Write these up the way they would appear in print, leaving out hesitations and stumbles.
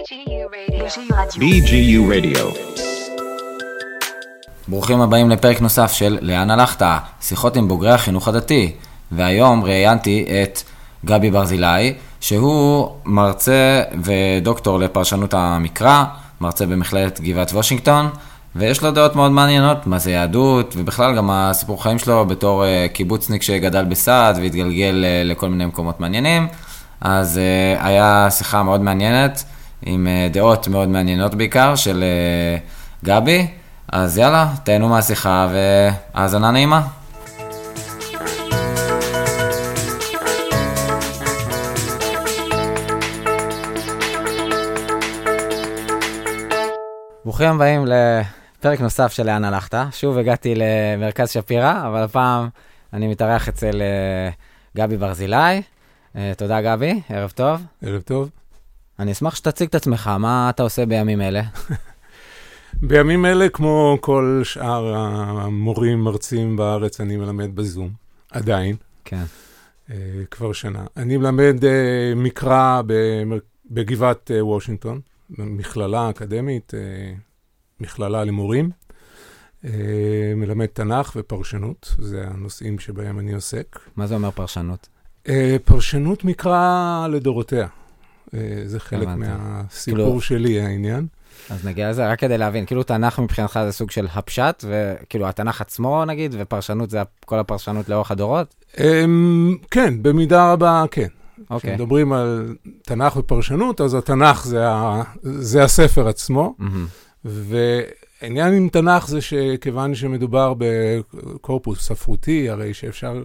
BGU Radio. ברוכים הבאים לפרק נוסף של לאן הלכת? שיחות עם בוגרי החינוך הדתי. והיום ראיינתי את גבי ברזילי, שהוא מרצה ודוקטור לפרשנות המקרא, מרצה במכללת גבעת וושינגטון, ויש לו דעות מאוד מעניינות, מה זה יהדות, ובכלל גם הסיפור חיים שלו בתור קיבוצניק שגדל בסעד והתגלגל לכל מיני מקומות מעניינים. אז היה שיחה מאוד מעניינת, עם דעות מאוד מעניינות בעיקר של גבי. אז יאללה, תהנו מהשיחה והאזנה נעימה. ברוכים הבאים לפרק נוסף של לאן הלכת. שוב הגעתי למרכז שפירא, אבל הפעם אני מתארח אצל גבי ברזילי. תודה גבי, ערב טוב. ערב טוב. אני אשמח שתציג את עצמך, מה אתה עושה בימים אלה? בימים אלה, כמו כל שאר המורים, מרצים בארץ, אני מלמד בזום. עדיין. כן. כבר שנה. אני מלמד מקרא בגבעת וושינגטון, מכללה אקדמית, מכללה למורים. מלמד תנ"ך ופרשנות, זה הנושאים שבהם אני עוסק. מה זה אומר פרשנות? פרשנות מקרא לדורותיה. זה חלק מהסיפור שלי, העניין. אז נגיע לזה, רק כדי להבין, כאילו תנ"ך מבחינתך זה סוג של הפשט, וכאילו התנ"ך עצמו נגיד, ופרשנות זה כל הפרשנות לאורך הדורות? כן, במידה רבה כן. אוקיי. כשמדברים על תנ"ך ופרשנות, אז התנ"ך זה הספר עצמו, ועניין עם תנ"ך זה שכיוון שמדובר בקורפוס ספרותי, הרי שאפשר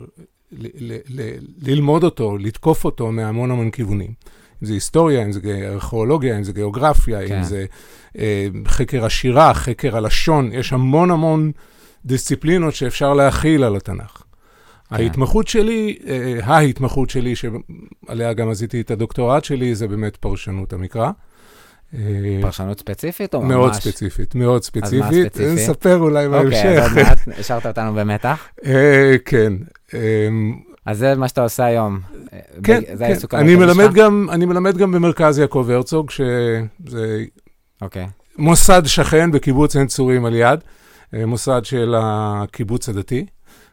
ללמוד אותו, לתקוף אותו מהמון המון כיוונים. אם זה היסטוריה, אם זה ארכיאולוגיה, אם זה גיאוגרפיה, אם זה חקר השירה, חקר הלשון, יש המון המון דיסציפלינות שאפשר להכיל על התנ"ך. ההתמחות שלי, שעליה גם עשיתי את הדוקטורט שלי, זה באמת פרשנות המקרא. פרשנות ספציפית או ממש? מאוד ספציפית, מאוד ספציפית. אז מה ספציפי? נספר אולי בהמשך. אוקיי, אז עוד מעט השארת אותנו במתח. כן. אז זה מה שאתה עושה היום. כן, כן. אני מלמד גם במרכז יעקב הרצוג, שזה מוסד שכן בקיבוץ עין צורים על יד, מוסד של הקיבוץ הדתי.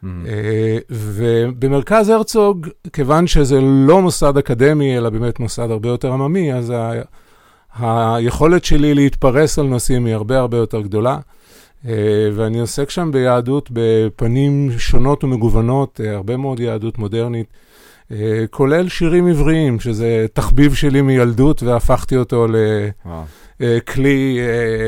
ובמרכז הרצוג, כיוון שזה לא מוסד אקדמי, אלא באמת מוסד הרבה יותר עממי, אז היכולת שלי להתפרס על נושאים היא הרבה הרבה יותר גדולה. ואני עוסק שם ביהדות בפנים שונות ומגוונות, הרבה מאוד יהדות מודרנית, כולל שירים עבריים, שזה תחביב שלי מילדות, והפכתי אותו לכלי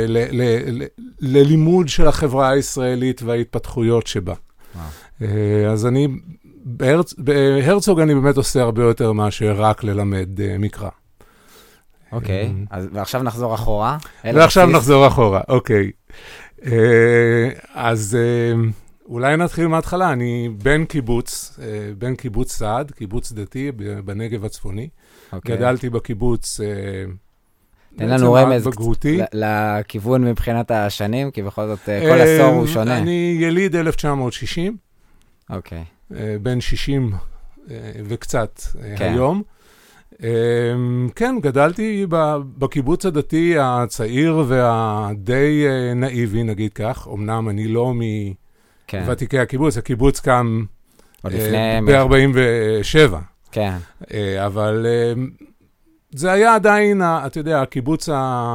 ללימוד של החברה הישראלית וההתפתחויות שבה. אז בהרצוג אני באמת עושה הרבה יותר מאשר רק ללמד מקרא. אוקיי, ועכשיו נחזור אחורה. אוקיי. אז אולי נתחיל מההתחלה. אני בן קיבוץ סעד, קיבוץ דתי בנגב הצפוני. גדלתי בקיבוץ תן לנו רמז לכיוון מבחינת השנים, כי בכל זאת כל עשור הוא שונה. אני יליד 1960. אוקיי. בן 60 וקצת היום. כן, גדלתי בקיבוץ הדתי הצעיר והדי נאיבי, נגיד כך. אמנם אני לא מוותיקי הקיבוץ, הקיבוץ קם ב-47. כן. אבל זה היה עדיין, אתה יודע, הקיבוץ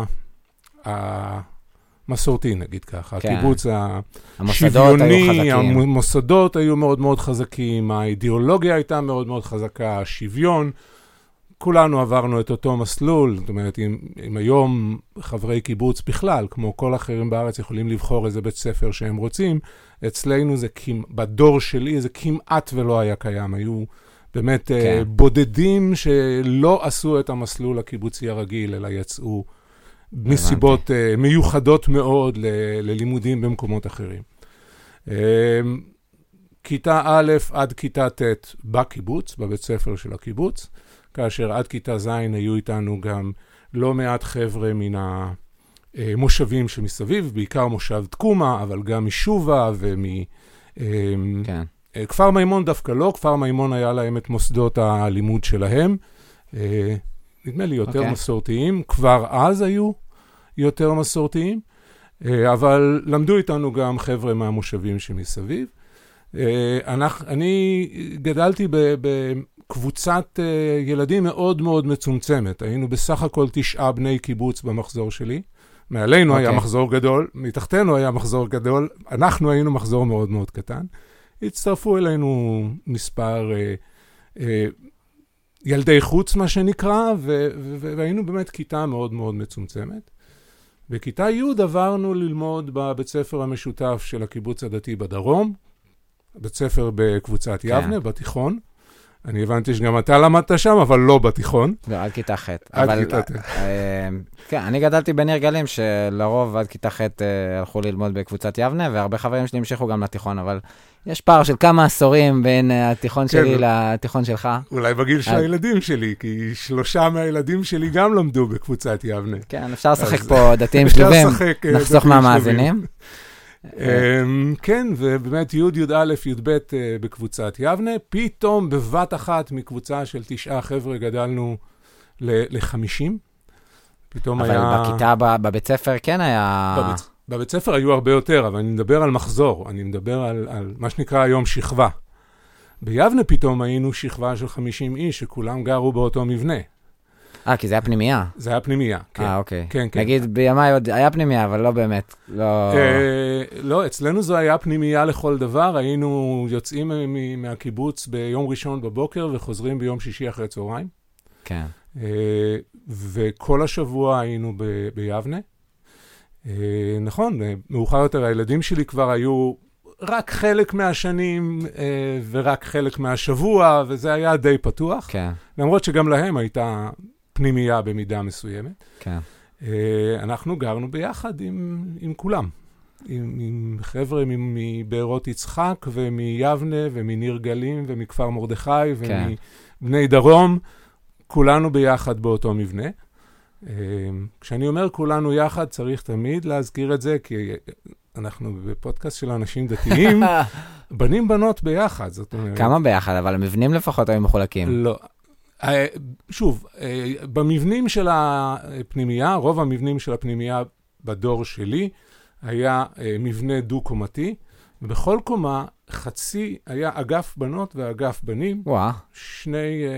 המסורתי, נגיד ככה. הקיבוץ השוויוני, המוסדות היו מאוד מאוד חזקים, האידיאולוגיה הייתה מאוד מאוד חזקה, השוויון. כולנו עברנו את אותו מסלול, זאת אומרת, אם היום חברי קיבוץ בכלל, כמו כל אחרים בארץ, יכולים לבחור איזה בית ספר שהם רוצים, אצלנו זה, בדור שלי זה כמעט ולא היה קיים, היו באמת בודדים שלא עשו את המסלול הקיבוצי הרגיל, אלא יצאו מסיבות מיוחדות מאוד ללימודים במקומות אחרים. כיתה א' עד כיתה ט' בקיבוץ, בבית ספר של הקיבוץ, כאשר עד כיתה ז' היו איתנו גם לא מעט חבר'ה מן המושבים שמסביב, בעיקר מושב תקומה, אבל גם משובה כפר מימון דווקא לא, כפר מימון היה להם את מוסדות הלימוד שלהם, נדמה לי יותר מסורתיים, כבר אז היו יותר מסורתיים, אבל למדו איתנו גם חבר'ה מהמושבים שמסביב. אני גדלתי בקבוצת ילדים מאוד מאוד מצומצמת, היינו בסך הכל 9 בני קיבוץ במחזור שלי, מעלינו היה מחזור גדול, מתחתנו היה מחזור גדול, אנחנו היינו מחזור מאוד מאוד קטן, הצטרפו אלינו מספר ילדי חוץ מה שנקרא, והיינו באמת כיתה מאוד מאוד מצומצמת. בכיתה י' עברנו ללמוד בבית ספר המשותף של הקיבוץ הדתי בדרום, בית ספר בקבוצת יבנה, בתיכון. אני הבנתי שגם אתה למדת שם, אבל לא בתיכון. לא, עד כיתה ח'. עד כיתה ח'. כן, אני גדלתי בניר גלים, שלרוב עד כיתה ח' הלכו ללמוד בקבוצת יבנה, והרבה חברים שלי המשיכו גם לתיכון, אבל יש פער של כמה עשורים בין התיכון שלי לתיכון שלך. אולי בגיל של הילדים שלי, כי 3 מהילדים שלי גם למדו בקבוצת יבנה. כן, אפשר לשחק פה דתיים שלבים, נחסוך מהמאזינים. כן, ובאמת י' י' י' בקבוצת יבנה, פתאום בבת אחת מקבוצה של 9 חבר'ה גדלנו ל-50. פתאום אבל היה... אבל בכיתה, בבית ספר כן היה... בבית ספר היו הרבה יותר, אבל אני מדבר על מחזור, אני מדבר על מה שנקרא היום שכבה. ביבנה פתאום היינו שכבה של 50 איש, שכולם גרו באותו מבנה. כי זה היה פנימייה. זה היה פנימייה, כן. אוקיי. כן, כן. נגיד בימיי עוד היה פנימייה, אבל לא באמת. לא, אצלנו זו היה פנימייה לכל דבר. היינו יוצאים מהקיבוץ ביום ראשון בבוקר וחוזרים ביום שישי אחרי צהריים. כן. וכל השבוע היינו ביבנה. נכון, מאוחר יותר הילדים שלי כבר היו רק חלק מהשנים ורק חלק מהשבוע, וזה היה די פתוח. כן. למרות שגם להם הייתה פנימייה במידה מסוימת. כן. אנחנו גרנו ביחד עם כולם. עם חבר'ה מבארות יצחק ומיבנה ומניר גלים ומכפר מרדכי ומבני דרום. כולנו ביחד באותו מבנה. כשאני אומר כולנו יחד, צריך תמיד להזכיר את זה, כי אנחנו בפודקאסט של אנשים דתיים, בנים בנות ביחד, זאת אומרת. כמה ביחד, אבל המבנים לפחות היו מחולקים. לא. שוב, במבנים של הפנימייה, רוב המבנים של הפנימייה בדור שלי, היה מבנה דו-קומתי, ובכל קומה חצי היה אגף בנות ואגף בנים, 2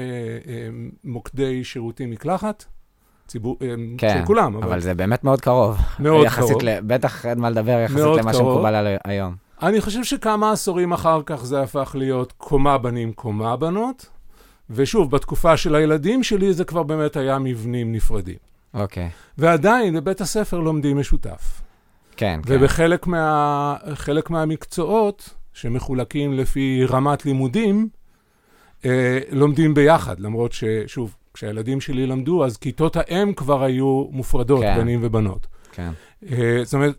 מוקדי שירותים מקלחת, ציבור, של כולם. אבל זה באמת מאוד קרוב. מאוד קרוב. בטח אין מה לדבר יחסית למה שמקובל היום. אני חושב שכמה עשורים אחר כך זה הפך להיות קומה בנים, קומה בנות, ושוב, בתקופה של הילדים שלי זה כבר באמת היה מבנים נפרדים. אוקיי. ועדיין בבית הספר לומדים משותף. כן, כן. ובחלק מהמקצועות שמחולקים לפי רמת לימודים, לומדים ביחד, למרות ששוב, כשהילדים שלי למדו, אז כיתות האם כבר היו מופרדות, בנים ובנות. כן. זאת אומרת,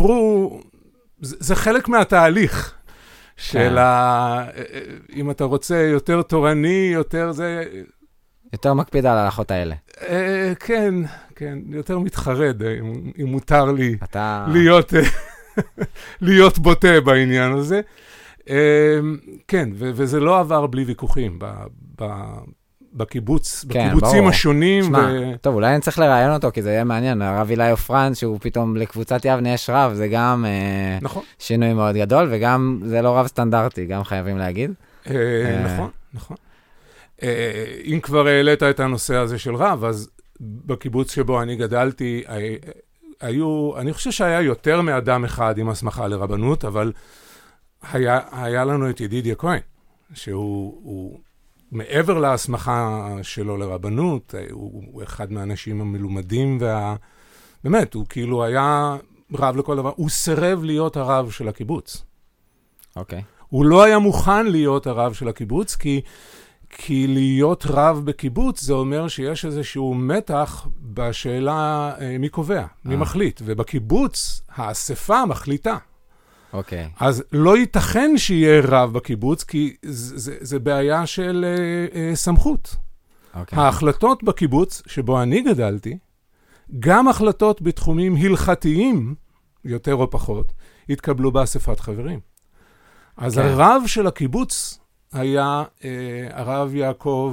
זה חלק מהתהליך של אם אתה רוצה יותר תורני, יותר זה... יותר מקפיד על ההלכות האלה. כן, כן, יותר מתחרד, אם מותר לי להיות בוטה בעניין הזה. כן, וזה לא עבר בלי ויכוחים בקיבוצים השונים. טוב, אולי אני צריך לראיין אותו, כי זה יהיה מעניין. הרב אילי אופרן, שהוא פתאום לקבוצת יבנה יש רב, זה גם שינוי מאוד גדול, וגם זה לא רב סטנדרטי, גם חייבים להגיד. נכון, נכון. אם כבר העלית את הנושא הזה של רב, אז בקיבוץ שבו אני גדלתי, אני חושב שהיה יותר מאדם אחד עם הסמכה לרבנות, אבל היה לנו את ידידיה כהן, שהוא מעבר להסמכה שלו לרבנות, הוא אחד מהאנשים המלומדים, באמת, הוא כאילו היה רב לכל דבר, הוא סירב להיות הרב של הקיבוץ. אוקיי. הוא לא היה מוכן להיות הרב של הקיבוץ, כי להיות רב בקיבוץ זה אומר שיש איזשהו מתח בשאלה מי קובע, מי מחליט, ובקיבוץ האספה מחליטה. אוקיי. אז לא ייתכן שיהיה רב בקיבוץ, כי זה בעיה של סמכות. אוקיי. ההחלטות בקיבוץ, שבו אני גדלתי, גם החלטות בתחומים הלכתיים, יותר או פחות, התקבלו באספת חברים. אז הרב של הקיבוץ היה הרב יעקב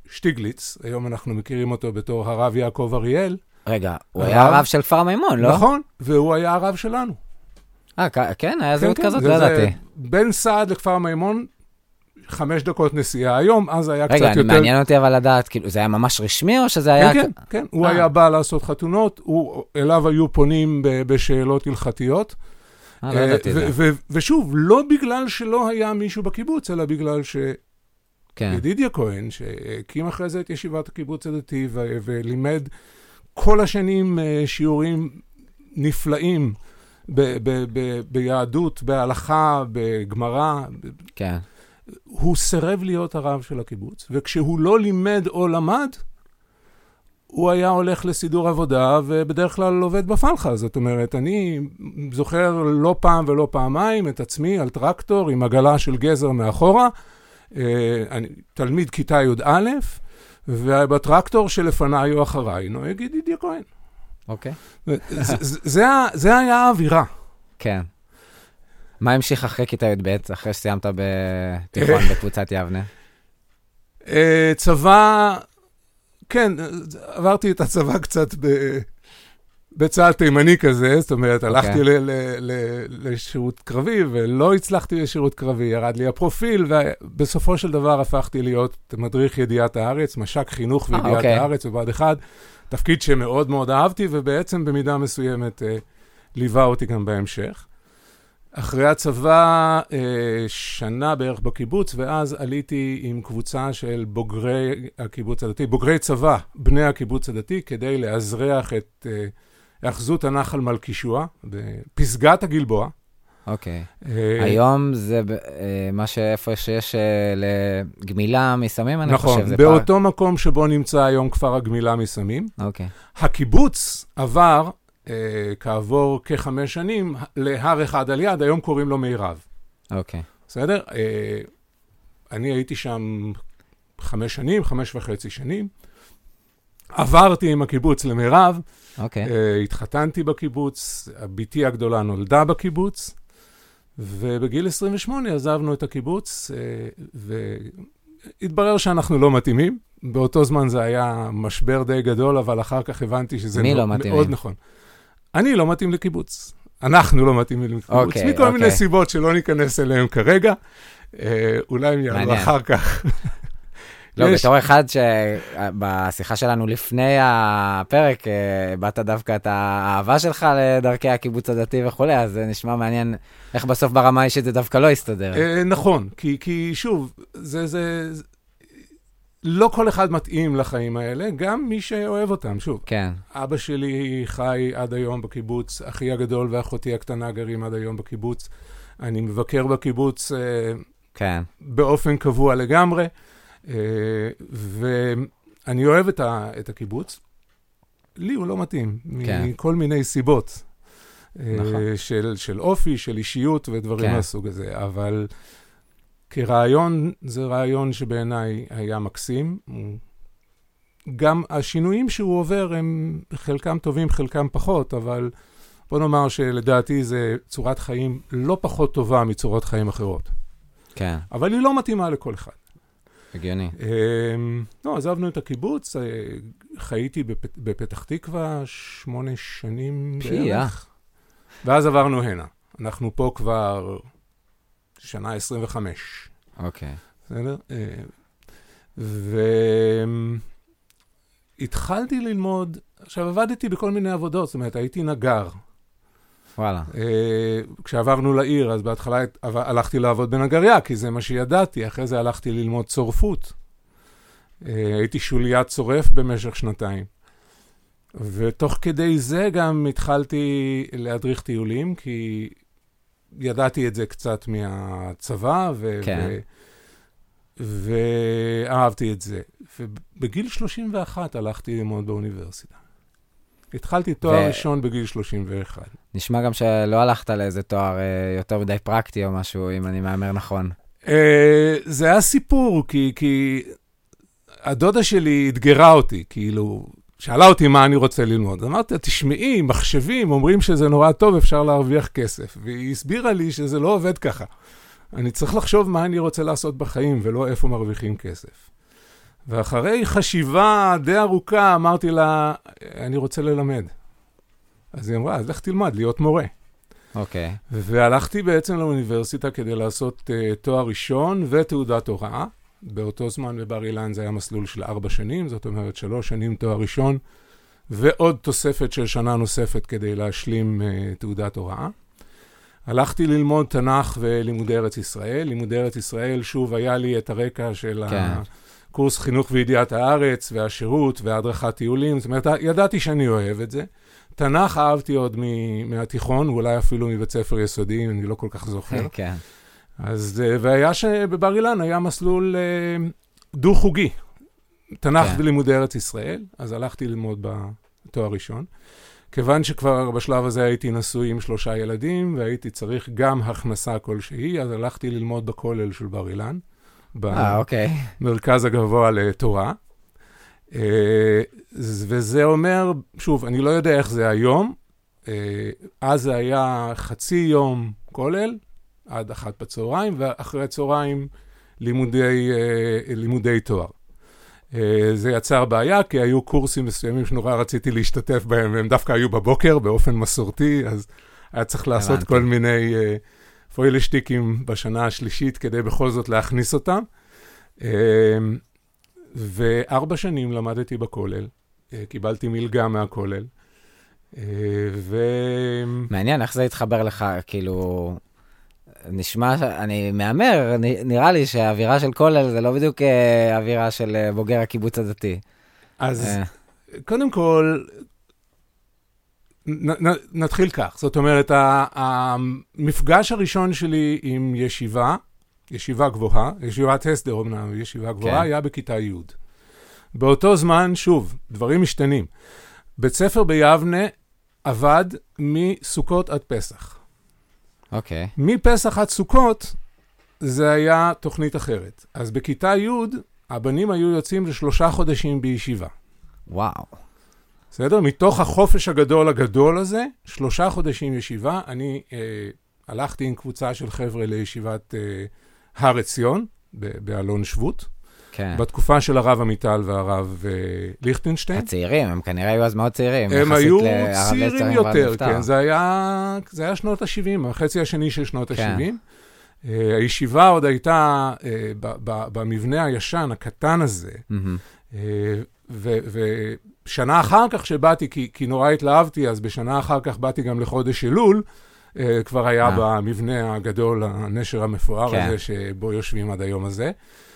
שטיגליץ, היום אנחנו מכירים אותו בתור הרב יעקב אריאל. רגע, הוא היה הרב של כפר מימון, לא? נכון, והוא היה הרב שלנו. כן, היה זהות כזאת, לא ידעתי. בין סעד לכפר מימון, 5 דקות נסיעה היום, אז היה קצת יותר... רגע, מעניין אותי אבל לדעת, כאילו, זה היה ממש רשמי או שזה היה... כן, הוא היה בא לעשות חתונות, אליו היו פונים בשאלות הלכתיות. לא ידעתי את זה. ושוב, לא בגלל שלא היה מישהו בקיבוץ, אלא בגלל ידידיה כהן, שהקים אחרי זה את ישיבת הקיבוץ הדתי, ולימד כל השנים שיעורים נפלאים ביהדות, בהלכה, בגמרא. כן. הוא סירב להיות הרב של הקיבוץ, וכשהוא לא לימד או למד, הוא היה הולך לסידור עבודה, ובדרך כלל עובד בפלחה. זאת אומרת, אני זוכר לא פעם ולא פעמיים את עצמי על טרקטור עם עגלה של גזר מאחורה, אני תלמיד כיתה י"א, ובטרקטור שלפניי או אחריי נוהג ידידיה כהן. אוקיי. זה היה האווירה. כן. מה המשיך אחרי כיתה י"ב, אחרי שסיימת בתיכון בקבוצת יבנה? צבא, כן, עברתי את הצבא קצת בצהל תימני כזה, זאת אומרת, הלכתי לשירות קרבי, ולא הצלחתי לשירות קרבי, ירד לי הפרופיל, ובסופו של דבר הפכתי להיות מדריך ידיעת הארץ, משק חינוך וידיעת הארץ, ובעד אחד, תפקיד שמאוד מאוד אהבתי, ובעצם במידה מסוימת ליווה אותי גם בהמשך. אחרי הצבא, שנה בערך בקיבוץ, ואז עליתי עם קבוצה של בוגרי הקיבוץ הדתי, בוגרי צבא, בני הקיבוץ הדתי, כדי להזרח את אחזות הנחל מלכישוע, בפסגת הגלבוע. אוקיי. היום זה איפה שיש לגמילה מסמים, אני חושב. נכון, באותו מקום שבו נמצא היום כפר הגמילה מסמים. אוקיי. הקיבוץ עבר... כעבור כ5 שנים, להר אחד על יד, היום קוראים לו מירב. אוקיי. בסדר? אני הייתי שם 5 שנים, 5.5 שנים. עברתי עם הקיבוץ למירב. אוקיי. התחתנתי בקיבוץ, ביתי הגדולה נולדה בקיבוץ, ובגיל 28 עזבנו את הקיבוץ, והתברר שאנחנו לא מתאימים. באותו זמן זה היה משבר די גדול, אבל אחר כך הבנתי שזה מאוד נכון. אני לא מתאים לקיבוץ. אנחנו לא מתאימים לקיבוץ. מכל מיני סיבות שלא ניכנס אליהם כרגע. אולי הם יעלו אחר כך. לא, בתור אחד שבשיחה שלנו לפני הפרק, באת דווקא את האהבה שלך לדרכי הקיבוץ הדתי וכו', אז זה נשמע מעניין איך בסוף ברמה האישית זה דווקא לא יסתדר. נכון, כי שוב, לא כל אחד מתאים לחיים האלה, גם מי שאוהב אותם, שוב. כן. אבא שלי חי עד היום בקיבוץ, אחי הגדול ואחותי הקטנה גרים עד היום בקיבוץ. אני מבקר בקיבוץ כן. באופן קבוע לגמרי, ואני אוהב את הקיבוץ. לי הוא לא מתאים, כן. מכל מיני סיבות. נכון. של אופי, של אישיות ודברים כן. מהסוג הזה, אבל... כרעיון, זה רעיון שבעיניי היה מקסים. גם השינויים שהוא עובר הם חלקם טובים, חלקם פחות, אבל בוא נאמר שלדעתי זה צורת חיים לא פחות טובה מצורות חיים אחרות. כן. אבל היא לא מתאימה לכל אחד. הגיוני. לא, עזבנו את הקיבוץ, חייתי בפתח תקווה 8 שנים בערך. ואז עברנו הנה. אנחנו פה כבר... שנה 25. אוקיי. בסדר? והתחלתי ללמוד, עכשיו עבדתי בכל מיני עבודות, זאת אומרת, הייתי נגר. וואלה. כשעברנו לעיר, אז בהתחלה הלכתי לעבוד בנגריה, כי זה מה שידעתי, אחרי זה הלכתי ללמוד צורפות. הייתי שוליית צורף במשך 2 ותוך כדי זה גם התחלתי להדריך טיולים, כי... ידעתי את זה קצת מהצבא, ואהבתי את זה. ובגיל 31 הלכתי ללמוד באוניברסיטה. התחלתי תואר ראשון בגיל 31. נשמע גם שלא הלכת לאיזה תואר יותר מדי פרקטי או משהו, אם אני מאמר נכון. זה היה סיפור, כי הדודה שלי התגרה אותי, כאילו... שאלה אותי מה אני רוצה ללמוד. אמרתי, תשמעי, מחשבים, אומרים שזה נורא טוב, אפשר להרוויח כסף. והיא הסבירה לי שזה לא עובד ככה. אני צריך לחשוב מה אני רוצה לעשות בחיים, ולא איפה מרוויחים כסף. ואחרי חשיבה די ארוכה, אמרתי לה, אני רוצה ללמד. אז היא אמרה, אז לך תלמד להיות מורה. אוקיי. והלכתי בעצם לאוניברסיטה כדי לעשות תואר ראשון ותעודת הוראה. באותו זמן בבר אילן זה היה מסלול של 4 שנים, זאת אומרת 3 שנים תואר ראשון, ועוד תוספת של שנה נוספת כדי להשלים תעודת הוראה. הלכתי ללמוד תנ"ך ולימודי ארץ ישראל. לימודי ארץ ישראל, שוב, היה לי את הרקע של הקורס חינוך וידיעת הארץ, והשירות, והדרכת טיולים. זאת אומרת, ידעתי שאני אוהב את זה. תנ"ך אהבתי עוד מהתיכון, ואולי אפילו מבית ספר יסודי, אני לא כל כך זוכר. כן. אז, והיה שבבר אילן היה מסלול דו-חוגי, תנ"ך ולימודי ארץ ישראל, אז הלכתי ללמוד בתואר ראשון. כיוון שכבר בשלב הזה הייתי נשוי עם 3 ילדים, והייתי צריך גם הכנסה כלשהי, אז הלכתי ללמוד בכולל של בר אילן, במרכז הגבוה לתורה. וזה אומר, שוב, אני לא יודע איך זה היום, אז זה היה חצי יום כולל, עד 1 בצהריים, ואחרי צהריים לימודי תואר. זה יצר בעיה, כי היו קורסים מסוימים שנורא רציתי להשתתף בהם, והם דווקא היו בבוקר, באופן מסורתי, אז היה צריך לעשות כל מיני פוילשטיקים בשנה השלישית, כדי בכל זאת להכניס אותם. 4 שנים למדתי בכולל, קיבלתי מלגה מהכולל. מעניין, איך זה התחבר לך, כאילו... נשמע, אני מאמר, נראה לי שהאווירה של כולל זה לא בדיוק האווירה של בוגר הקיבוץ הדתי. אז קודם כל, נתחיל כך. זאת אומרת, המפגש הראשון שלי עם ישיבה גבוהה, ישיבת הסדר אומנם, ישיבה גבוהה, היה בכיתה י'. באותו זמן, שוב, דברים משתנים. בית ספר ביבנה עבד מסוכות עד פסח. אוקיי. מפסח עד סוכות, זה היה תוכנית אחרת. אז בכיתה י', הבנים היו יוצאים ל3 חודשים בישיבה. וואו. בסדר? מתוך החופש הגדול הזה, 3 חודשים ישיבה, אני הלכתי עם קבוצה של חבר'ה לישיבת הר עציון, באלון שבות. כן. בתקופה של הרב עמיטל והרב ליכטנשטיין. הצעירים, הם כנראה היו אז מאוד צעירים. הם היו צעירים יותר, כן. זה היה שנות ה-70, החצי השני של שנות ה-70. הישיבה עוד הייתה במבנה הישן, הקטן הזה. ושנה אחר כך שבאתי, כי נורא התלהבתי, אז בשנה אחר כך באתי גם לחודש אלול, כבר היה במבנה הגדול, הנשר המפואר הזה, שבו יושבים עד היום הזה.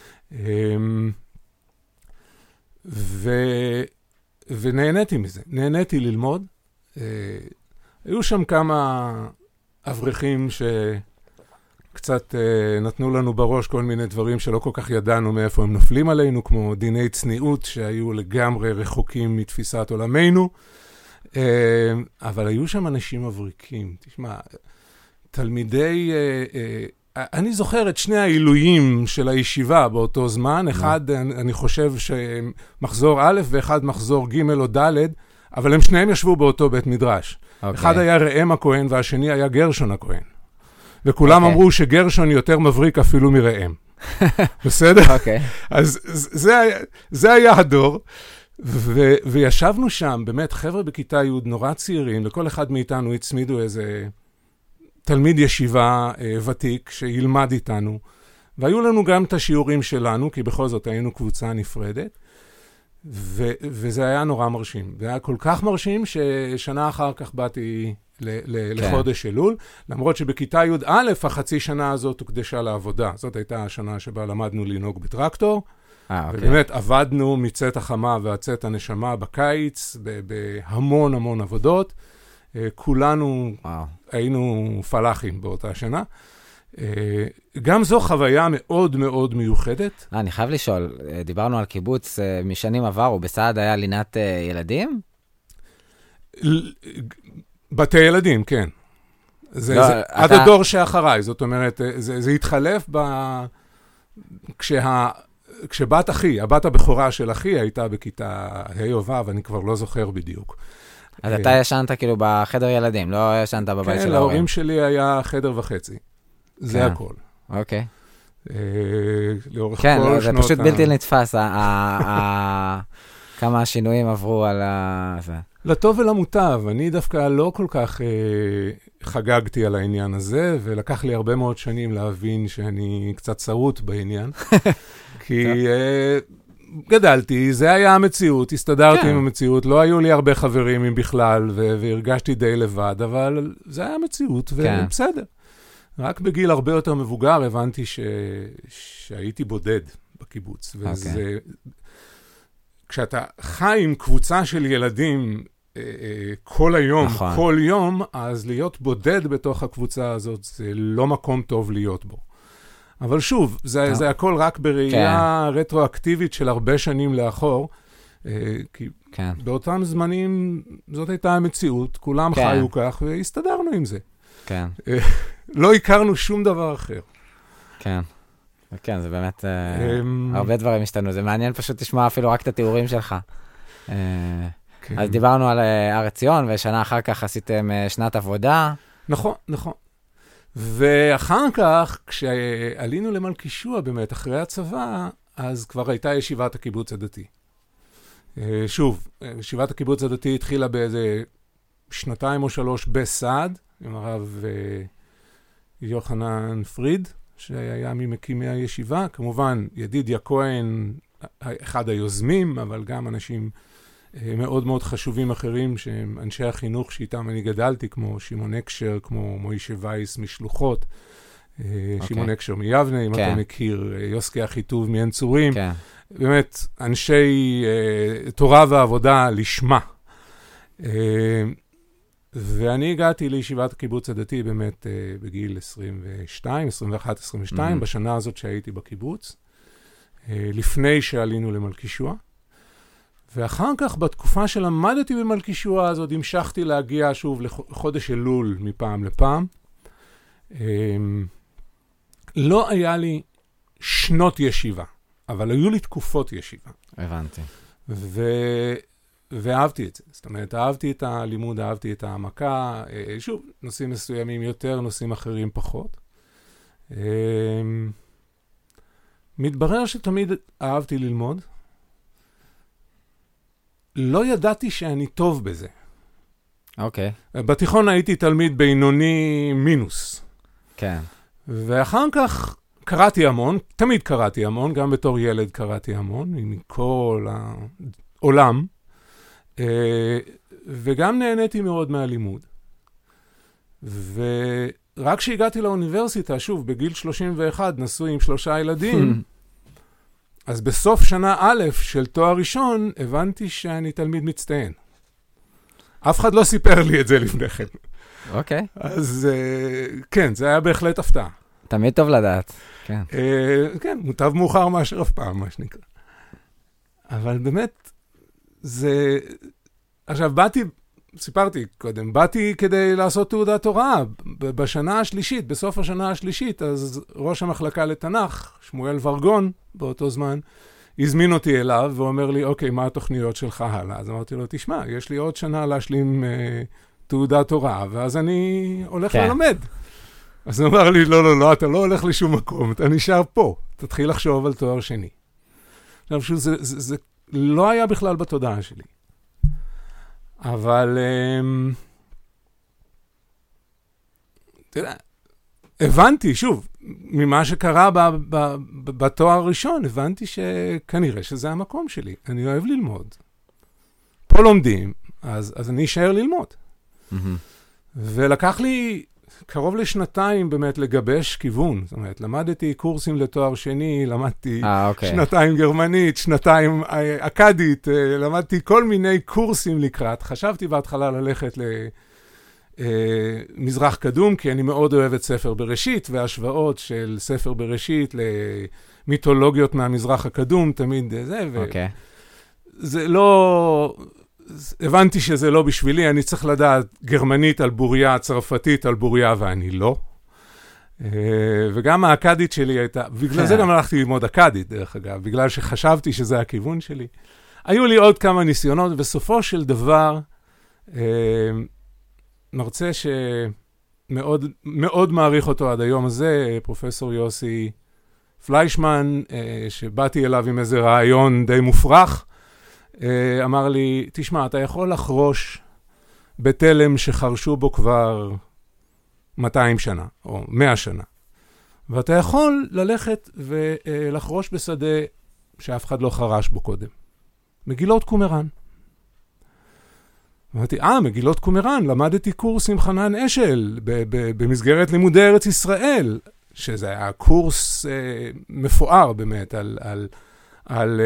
ונהניתי מזה, נהניתי ללמוד. היו שם כמה אברכים שקצת נתנו לנו בראש כל מיני דברים שלא כל כך ידענו מאיפה הם נופלים עלינו, כמו דיני צניעות שהיו לגמרי רחוקים מתפיסת עולמנו. אבל היו שם אנשים מבריקים. תשמע, תלמידי... אני זוכר את 2 העילויים של הישיבה באותו זמן, אחד אני חושב שמחזור א' ואחד מחזור ג' או ד', אבל הם שניהם ישבו באותו בית מדרש. אחד היה ראם הכהן והשני היה גרשון הכהן. וכולם אמרו שגרשון יותר מבריק אפילו מראם. בסדר? אז זה היה הדור, וישבנו שם, באמת חבר'ה בכיתה י' נורא צעירים, לכל אחד מאיתנו הצמידו איזה... תלמיד ישיבה ותיק שילמד איתנו, והיו לנו גם את השיעורים שלנו, כי בכל זאת היינו קבוצה נפרדת, וזה היה נורא מרשים. זה היה כל כך מרשים ששנה אחר כך באתי לחודש אלול, למרות שבכיתה י' החצי שנה הזאת הוקדשה לעבודה. זאת הייתה השנה שבה למדנו לנהוג בטרקטור, ובאמת עבדנו מצאת החמה והצאת הנשמה בקיץ, בהמון המון עבודות, כולנו היינו פלאחים באותה שנה. גם זו חוויה מאוד מאוד מיוחדת. אני חייב לשאול, דיברנו על קיבוץ משנים עברו, בסעד היה לינת ילדים? בתי ילדים, כן. עד הדור שאחריי, זאת אומרת, זה התחלף כשבת אחי, הבת הבכורה של אחי הייתה בכיתה ה' או ו', אני כבר לא זוכר בדיוק. אז אתה ישנת כאילו בחדר ילדים, לא ישנת בבית של ההורים. כן, להורים שלי היה חדר וחצי. זה הכל. אוקיי. לאורך כל שנות... כן, זה פשוט בלתי נתפס, כמה השינויים עברו על זה. לטוב ולמוטב, אני דווקא לא כל כך חגגתי על העניין הזה, ולקח לי הרבה מאוד שנים להבין שאני קצת שרוט בעניין, כי גדלתי, זה היה המציאות, הסתדרתי עם המציאות, לא היו לי הרבה חברים אם בכלל, והרגשתי די לבד, אבל זה היה המציאות, ובסדר. רק בגיל הרבה יותר מבוגר הבנתי שהייתי בודד בקיבוץ, וזה... כשאתה חי עם קבוצה של ילדים כל היום, נכון. כל יום, אז להיות בודד בתוך הקבוצה הזאת, זה לא מקום טוב להיות בו. אבל שוב, זה הכל רק בראייה רטרואקטיבית של הרבה שנים לאחור, כי באותם זמנים זאת הייתה המציאות, כולם חיו כך, והסתדרנו עם זה. כן. לא הכרנו שום דבר אחר. כן. כן, זה באמת, הרבה דברים השתנו. זה מעניין פשוט לשמוע אפילו רק את התיאורים שלך. אז דיברנו על הר עציון, ושנה אחר כך עשיתם שנת עבודה. נכון, נכון. ואחר כך, כשעלינו למלכישוע באמת, אחרי הצבא, אז כבר הייתה ישיבת הקיבוץ הדתי. שוב, ישיבת הקיבוץ הדתי התחילה באיזה 2 או 3 בסעד, עם הרב יוחנן פריד, שהיה ממקימי הישיבה. כמובן, ידידיה כהן, אחד היוזמים, אבל גם אנשים מאוד מאוד חשובים אחרים, שהם אנשי החינוך שאיתם אני גדלתי, כמו שמעון אקשר, כמו מוישה וייס משלוחות, שמעון אקשר מיבנה, אם אתה מכיר, יוסקי אחיטוב מעין צורים. באמת, אנשי תורה ועבודה לשמה. ואני הגעתי לישיבת הקיבוץ הדתי באמת בגיל 22, 21, 22, בשנה הזאת שהייתי בקיבוץ, לפני שעלינו למלכישוע. ואחר כך, בתקופה שלמדתי במלכישוע הזאת, המשכתי להגיע שוב לחודש אלול מפעם לפעם. לא היה לי שנות ישיבה, אבל היו לי תקופות ישיבה. הבנתי. ואהבתי את זה. זאת אומרת, אהבתי את הלימוד, אהבתי את העמקה. שוב, נושאים מסוימים יותר, נושאים אחרים פחות. מתברר שתמיד אהבתי ללמוד. לא ידעתי שאני טוב בזה. אוקיי. בתיכון הייתי תלמיד בינוני מינוס. כן. ואחר כך קראתי המון, תמיד קראתי המון, גם בתור ילד קראתי המון, מכל העולם. וגם נהניתי מאוד מהלימוד. ורק כשהגעתי לאוניברסיטה, שוב, בגיל 31, נשוי עם 3 ילדים, אז בסוף שנה א' של תואר ראשון, הבנתי שאני תלמיד מצטיין. אף אחד לא סיפר לי את זה לפני כן. אוקיי. אז כן, זה היה בהחלט הפתעה. תמיד טוב לדעת. כן. כן, מוטב מאוחר מאשר אף פעם, מה שנקרא. אבל באמת, זה... עכשיו, סיפרתי קודם, באתי כדי לעשות תעודת הוראה. בשנה השלישית, בסוף השנה השלישית, אז ראש המחלקה לתנ"ך, שמואל ורגון, באותו זמן, הזמין אותי אליו ואומר לי, אוקיי, מה התוכניות שלך הלאה? אז אמרתי לו, תשמע, יש לי עוד שנה להשלים תעודת הוראה, ואז אני הולך ללמד. אז הוא אמר לי, לא, אתה לא הולך לשום מקום, אתה נשאר פה, תתחיל לחשוב על תואר שני. עכשיו, זה לא היה בכלל בתודעה שלי. אבל, אתה יודע, הבנתי, שוב, ממה שקרה בתואר הראשון, הבנתי שכנראה שזה המקום שלי. אני אוהב ללמוד. פה לומדים, אז אני אשאר ללמוד. ולקח לי קרוב לשנתיים באמת לגבש כיוון. זאת אומרת, למדתי קורסים לתואר שני, למדתי שנתיים גרמנית, שנתיים אקדית, למדתי כל מיני קורסים לקראת. חשבתי בהתחלה ללכת למזרח קדום, כי אני מאוד אוהב את ספר בראשית, והשוואות של ספר בראשית למיתולוגיות מהמזרח הקדום, תמיד זה. זה לא... הבנתי שזה לא בשבילי, אני צריך לדעת גרמנית על בוריה, צרפתית על בוריה, ואני לא. וגם האקדית שלי הייתה, בגלל זה גם הלכתי ללמוד אקדית, דרך אגב, בגלל שחשבתי שזה הכיוון שלי. היו לי עוד כמה ניסיונות, ובסופו של דבר, מרצה שמאוד מאוד מעריך אותו עד היום הזה, פרופסור יוסי פליישמן, שבאתי אליו עם איזה רעיון די מופרך, אמר לי, תשמע, אתה יכול לחרוש בתלם שחרשו בו כבר 200 שנה, או 100 שנה. ואתה יכול ללכת ולחרוש בשדה שאף אחד לא חרש בו קודם. מגילות קומראן. אמרתי, מגילות קומראן, למדתי קורס עם חנן אשל, במסגרת לימודי ארץ ישראל, שזה היה קורס מפואר באמת, על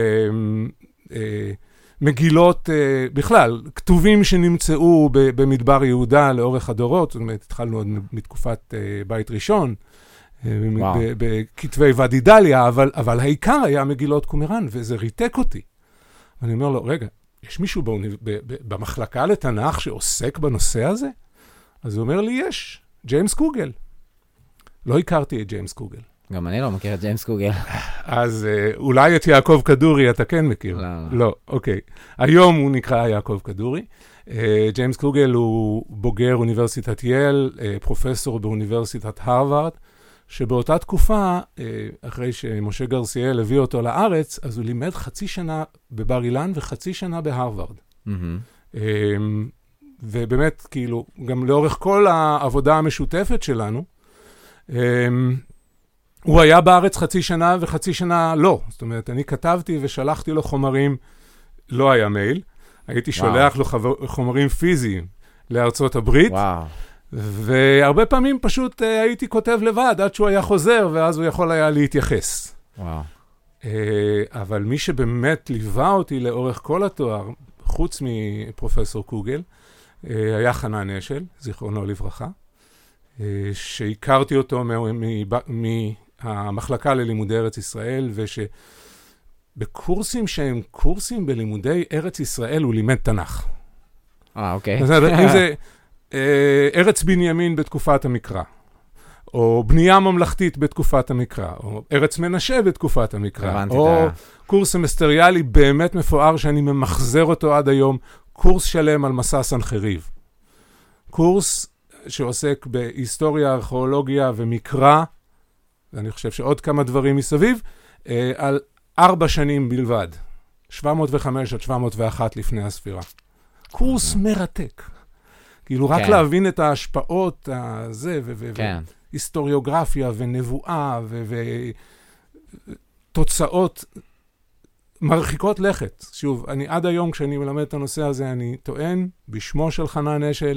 מגילות, בכלל, כתובים שנמצאו במדבר יהודה לאורך הדורות, זאת אומרת, התחלנו עוד מתקופת בית ראשון, בכתבי ואדי דליה, אבל העיקר היה מגילות קומראן, וזה ריתק אותי. ואני אומר לו, רגע, יש מישהו במחלקה לתנ"ך שעוסק בנושא הזה? אז הוא אומר לי, יש, ג'יימס קוגל. לא הכרתי את ג'יימס קוגל. גם אני לא מכיר את ג'יימס קוגל. אז אולי את יעקב כדורי אתה כן מכיר. לא, אוקיי. היום הוא נקרא יעקב כדורי. ג'יימס קוגל הוא בוגר אוניברסיטת יל, פרופסור באוניברסיטת הרווארד, שבאותה תקופה, אחרי שמשה גרסיאל הביא אותו לארץ, אז הוא לימד חצי שנה בבר אילן וחצי שנה בהרווארד. ובאמת, כאילו, גם לאורך כל העבודה המשותפת שלנו, הוא היה בארץ חצי שנה וחצי שנה לא. זאת אומרת, אני כתבתי ושלחתי לו חומרים, לא היה מייל, הייתי שולח לו חומרים פיזיים לארצות הברית, והרבה פעמים פשוט הייתי כותב לבד, עד שהוא היה חוזר, ואז הוא יכול היה להתייחס. אבל מי שבאמת ליווה אותי לאורך כל התואר, חוץ מפרופסור קוגל, היה חנן אשל, זיכרונו לברכה, שהכרתי אותו מהמחלקה ללימודי ארץ ישראל, שבקורסים שהם קורסים בלימודי ארץ ישראל, הוא לימד תנ"ך. אוקיי. אם זה ארץ בנימין בתקופת המקרא, או בנייה ממלכתית בתקופת המקרא, או ארץ מנשה בתקופת המקרא, או קורס סמסטריאלי באמת מפואר שאני ממחזר אותו עד היום, קורס שלם על מסע סנחריב. קורס שעוסק בהיסטוריה, ארכיאולוגיה ומקרא, ואני חושב שעוד כמה דברים מסביב, על 4 שנים בלבד, 705 עד 701 לפני הספירה. קורס מרתק. כאילו רק להבין את ההשפעות הזה, והיסטוריוגרפיה ונבואה, ותוצאות מרחיקות לכת. שוב, אני עד היום כשאני מלמד את הנושא הזה, אני טוען בשמו של חנן אשל,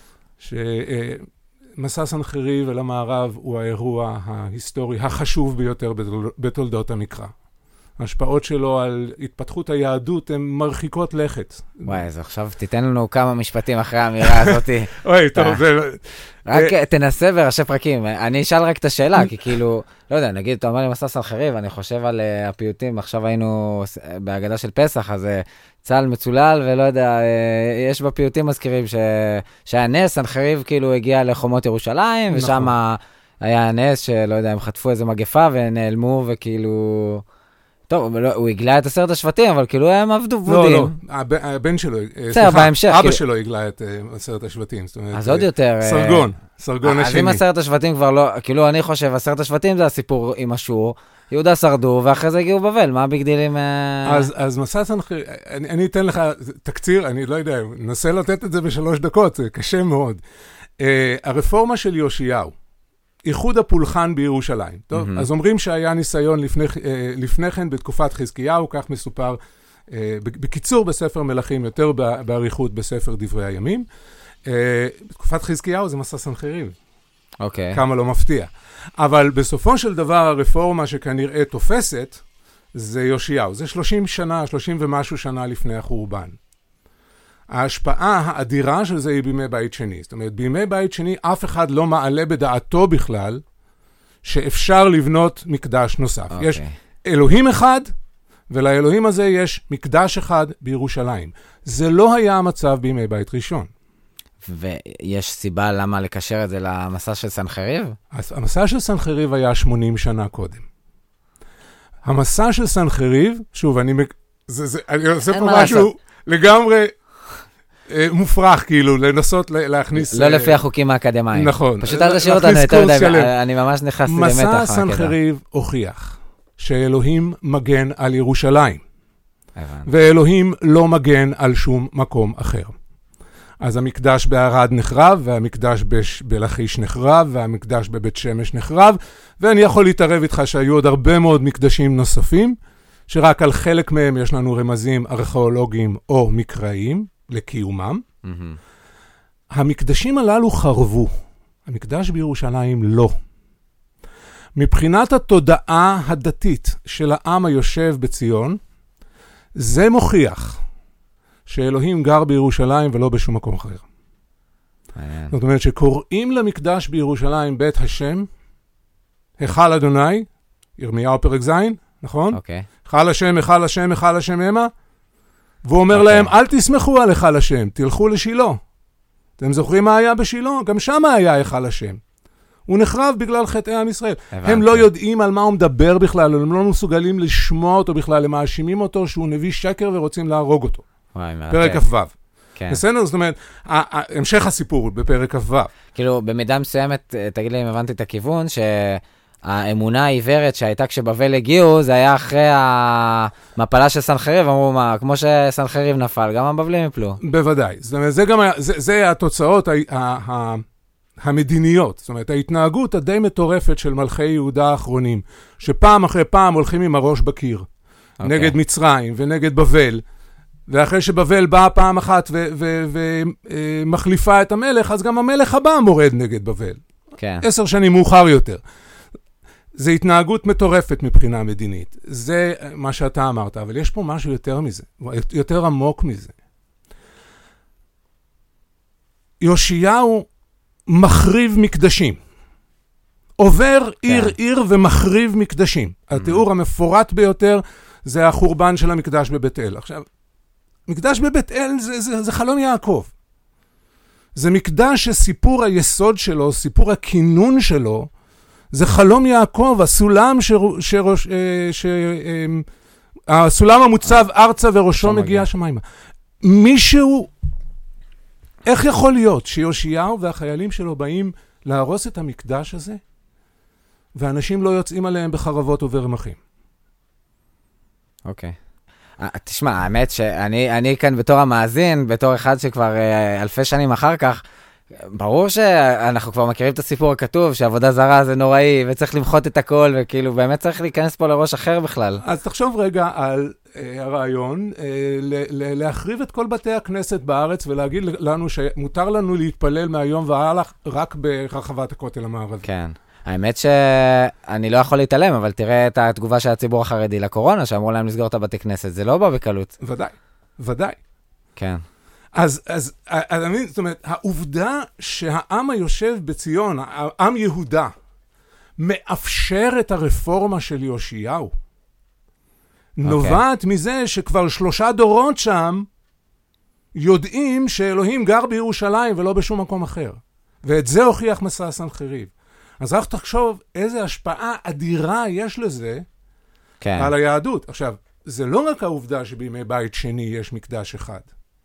שמסע סנחריב אל המערב הוא האירוע ההיסטורי החשוב ביותר בתולדות המקרא. ההשפעות שלו על התפתחות היהדות הן מרחיקות לכת. וואי, אז עכשיו תיתן לנו כמה משפטים אחרי האמירה הזאת. אוי, טוב, רק תנסה בראשי פרקים. אני אשאל רק את השאלה, כי כאילו, לא יודע, נגיד, אתה אומר לי מסע סנחריב, אני חושב על הפיוטים, עכשיו היינו בהגדה של פסח, אז צהל מצולל, ולא יודע, יש בפיוטים מזכירים שהיה נס, סנחריב כאילו הגיע לחומות ירושלים, ושם היה נס שלא יודע, הם חטפו איזה מגפה ונעלמו, וכאילו... טוב, הוא הגלה את 10 השבטים, אבל כאילו הם עבדו בודים. לא, הבן שלו, סליחה, אבא שלו הגלה את 10 השבטים. אז עוד יותר. סרגון השני. אז אם 10 השבטים כבר לא, כאילו אני חושב, 10 השבטים זה הסיפור עם אשור, יהודה שרדו, ואחרי זה הגיעו בבל, מה הביג דיל עם... אז מסע סנחריב, אני אתן לך תקציר, אני לא יודע, ננסה לתת את זה ב3 דקות, זה קשה מאוד. הרפורמה של יאשיהו, איחוד הפולחן בירושלים. טוב, אז אומרים שהיה ניסיון לפני כן בתקופת חזקיהו, כך מסופר בקיצור בספר מלכים, יותר בעריכות בספר דברי הימים. בתקופת חזקיהו זה מסע סנחריב. אוקיי. כמה לא מפתיע. אבל בסופו של דבר הרפורמה שכנראה תופסת זה יאשיהו. זה 30 ומשהו שנה לפני החורבן. ההשפעה האדירה של זה היא בימי בית שני. זאת אומרת, בימי בית שני אף אחד לא מעלה בדעתו בכלל שאפשר לבנות מקדש נוסף. יש אלוהים אחד, ולאלוהים הזה יש מקדש אחד בירושלים. זה לא היה המצב בימי בית ראשון. ויש סיבה למה לקשר את זה למסע של סנחריב? המסע של סנחריב היה 80 שנה קודם. המסע של סנחריב, שוב, אני עושה פה משהו לגמרי... מופרך, כאילו, לנסות להכניס... לא לפי החוקים האקדמיים. נכון. פשוט אל תשאיר אותנו יותר די, אני ממש נכנסתי למתח. מסע סנחריב הוכיח שאלוהים מגן על ירושלים. ואלוהים לא מגן על שום מקום אחר. אז המקדש בערד נחרב, והמקדש בלכיש נחרב, והמקדש בבית שמש נחרב, ואני יכול להתערב איתך שהיו עוד הרבה מאוד מקדשים נוספים, שרק על חלק מהם יש לנו רמזים ארכיאולוגיים או מקראיים לקיומם. המקדשים הללו חרבו, המקדש בירושלים לא. מבחינת התודעה הדתית של העם היושב בציון, זה מוכיח שאלוהים גר בירושלים ולא בשום מקום אחר. זאת אומרת שקוראים למקדש בירושלים בית השם, היכל אדוני, ירמיהו פרק ז', נכון? היכל השם, היכל השם, היכל השם המה, והוא אומר להם, אל תסמכו על היכל השם, תלכו לשילה. אתם זוכרים מה היה בשילה? גם שם היה היכל השם. הוא נחרב בגלל חטאי עם ישראל. הם לא יודעים על מה הוא מדבר בכלל, הם לא מסוגלים לשמוע אותו בכלל, הם מאשימים אותו שהוא נביא שקר ורוצים להרוג אותו. פרק כ"ו. בסדר? זאת אומרת, המשך הסיפור בפרק כ"ו. כאילו, במידה מסוימת, תגיד לי אם הבנתי את הכיוון, שהאמונה העיוורת שהייתה כשבבל הגיעו, זה היה אחרי המפלה של סנחריב, אמרו מה, כמו שסנחריב נפל, גם הבבלים יפלו. בוודאי. זאת אומרת, זה התוצאות המדיניות, זאת אומרת, ההתנהגות הדי מטורפת של מלכי יהודה האחרונים, שפעם אחרי פעם הולכים עם הראש בקיר, נגד מצרים ונגד בבל, ואחרי שבבל באה פעם אחת ומחליפה את המלך, אז גם המלך הבא מורד נגד בבל. 10 שנים מאוחר יותר. זה התנהגות מטורפת מבחינה מדינית. זה מה שאתה אמרת, אבל יש פה משהו יותר מזה, יותר עמוק מזה. יאשיהו מחריב מקדשים. עובר עיר ומחריב מקדשים. התיאור המפורט ביותר זה החורבן של המקדש בבית אל. עכשיו, מקדש בבית אל זה חלום יעקב. זה מקדש שסיפור היסוד שלו, סיפור הכינון שלו, זה חלום יעקב, הסולם המוצב ארצה וראשו מגיע שמיימה. מישהו, איך יכול להיות שיאשיהו והחיילים שלו באים להרוס את המקדש הזה, ואנשים לא יוצאים עליהם בחרבות וברמחים? אוקיי. תשמע, האמת שאני כאן בתור המאזין, בתור אחד שכבר אלפי שנים אחר כך, ברור שאנחנו כבר מכירים את הסיפור הכתוב, שעבודה זרה זה נוראי, וצריך למחות את הכל, וכאילו באמת צריך להיכנס פה לראש אחר בכלל. אז תחשוב רגע על הרעיון, להחריב את כל בתי הכנסת בארץ, ולהגיד לנו שמותר לנו להתפלל מהיום והלאה רק ברחבת הכותל המערבי. כן. האמת שאני לא יכול להתעלם, אבל תראה את התגובה של הציבור החרדי לקורונה, שאמרו להם לסגור את הבתי כנסת. זה לא בא בקלות. ודאי. כן. אז זאת אומרת, העובדה שהעם היושב בציון, העם יהודה, מאפשר את הרפורמה של יאשיהו, נובעת מזה שכבר 3 דורות שם יודעים שאלוהים גר בירושלים ולא בשום מקום אחר. ואת זה הוכיח מסע סנחריב. אז רק תחשוב איזה השפעה אדירה יש לזה על היהדות. עכשיו, זה לא רק העובדה שבימי בית שני יש מקדש אחד.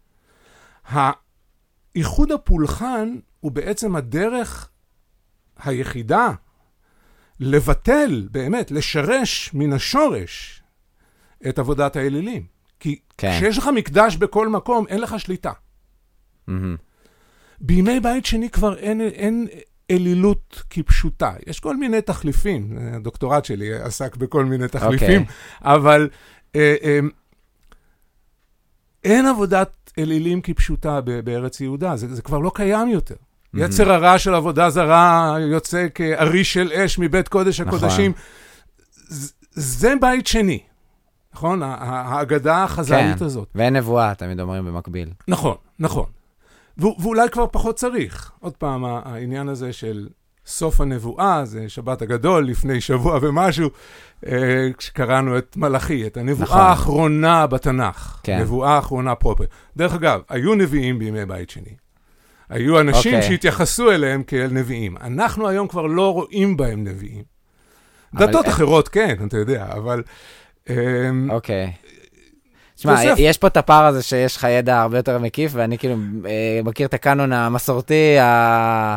האיחוד הפולחן הוא בעצם הדרך היחידה לבטל, באמת, לשרש מן השורש את עבודת האלילים. כי כשיש לך מקדש בכל מקום, אין לך שליטה. בימי בית שני כבר אין אלילות כפשוטה. יש כל מיני תחליפים. הדוקטורט שלי עסק בכל מיני תחליפים, אבל אין עבודת אלילים כפשוטה בארץ יהודה. זה כבר לא קיים יותר. יצר הרע של עבודה זרה יוצא כארי של אש מבית קודש הקודשים. זה בית שני. נכון? ההגדה החז"לית הזאת. ואין נבואה, תמיד אומרים במקביל. נכון. ואולי כבר פחות צריך. עוד פעם, העניין הזה של סוף הנבואה, זה שבת הגדול, לפני שבוע ומשהו, כשקראנו את מלאכי, את הנבואה האחרונה בתנ"ך. נבואה האחרונה פרופר. דרך אגב, היו נביאים בימי בית שני. היו אנשים שהתייחסו אליהם כאל נביאים. אנחנו היום כבר לא רואים בהם נביאים. דתות אחרות, כן, אתה יודע, אבל אוקיי. תשמע, יש פה את הפער הזה שיש לך ידע הרבה יותר מקיף, ואני כאילו מכיר את הקאנון המסורתי,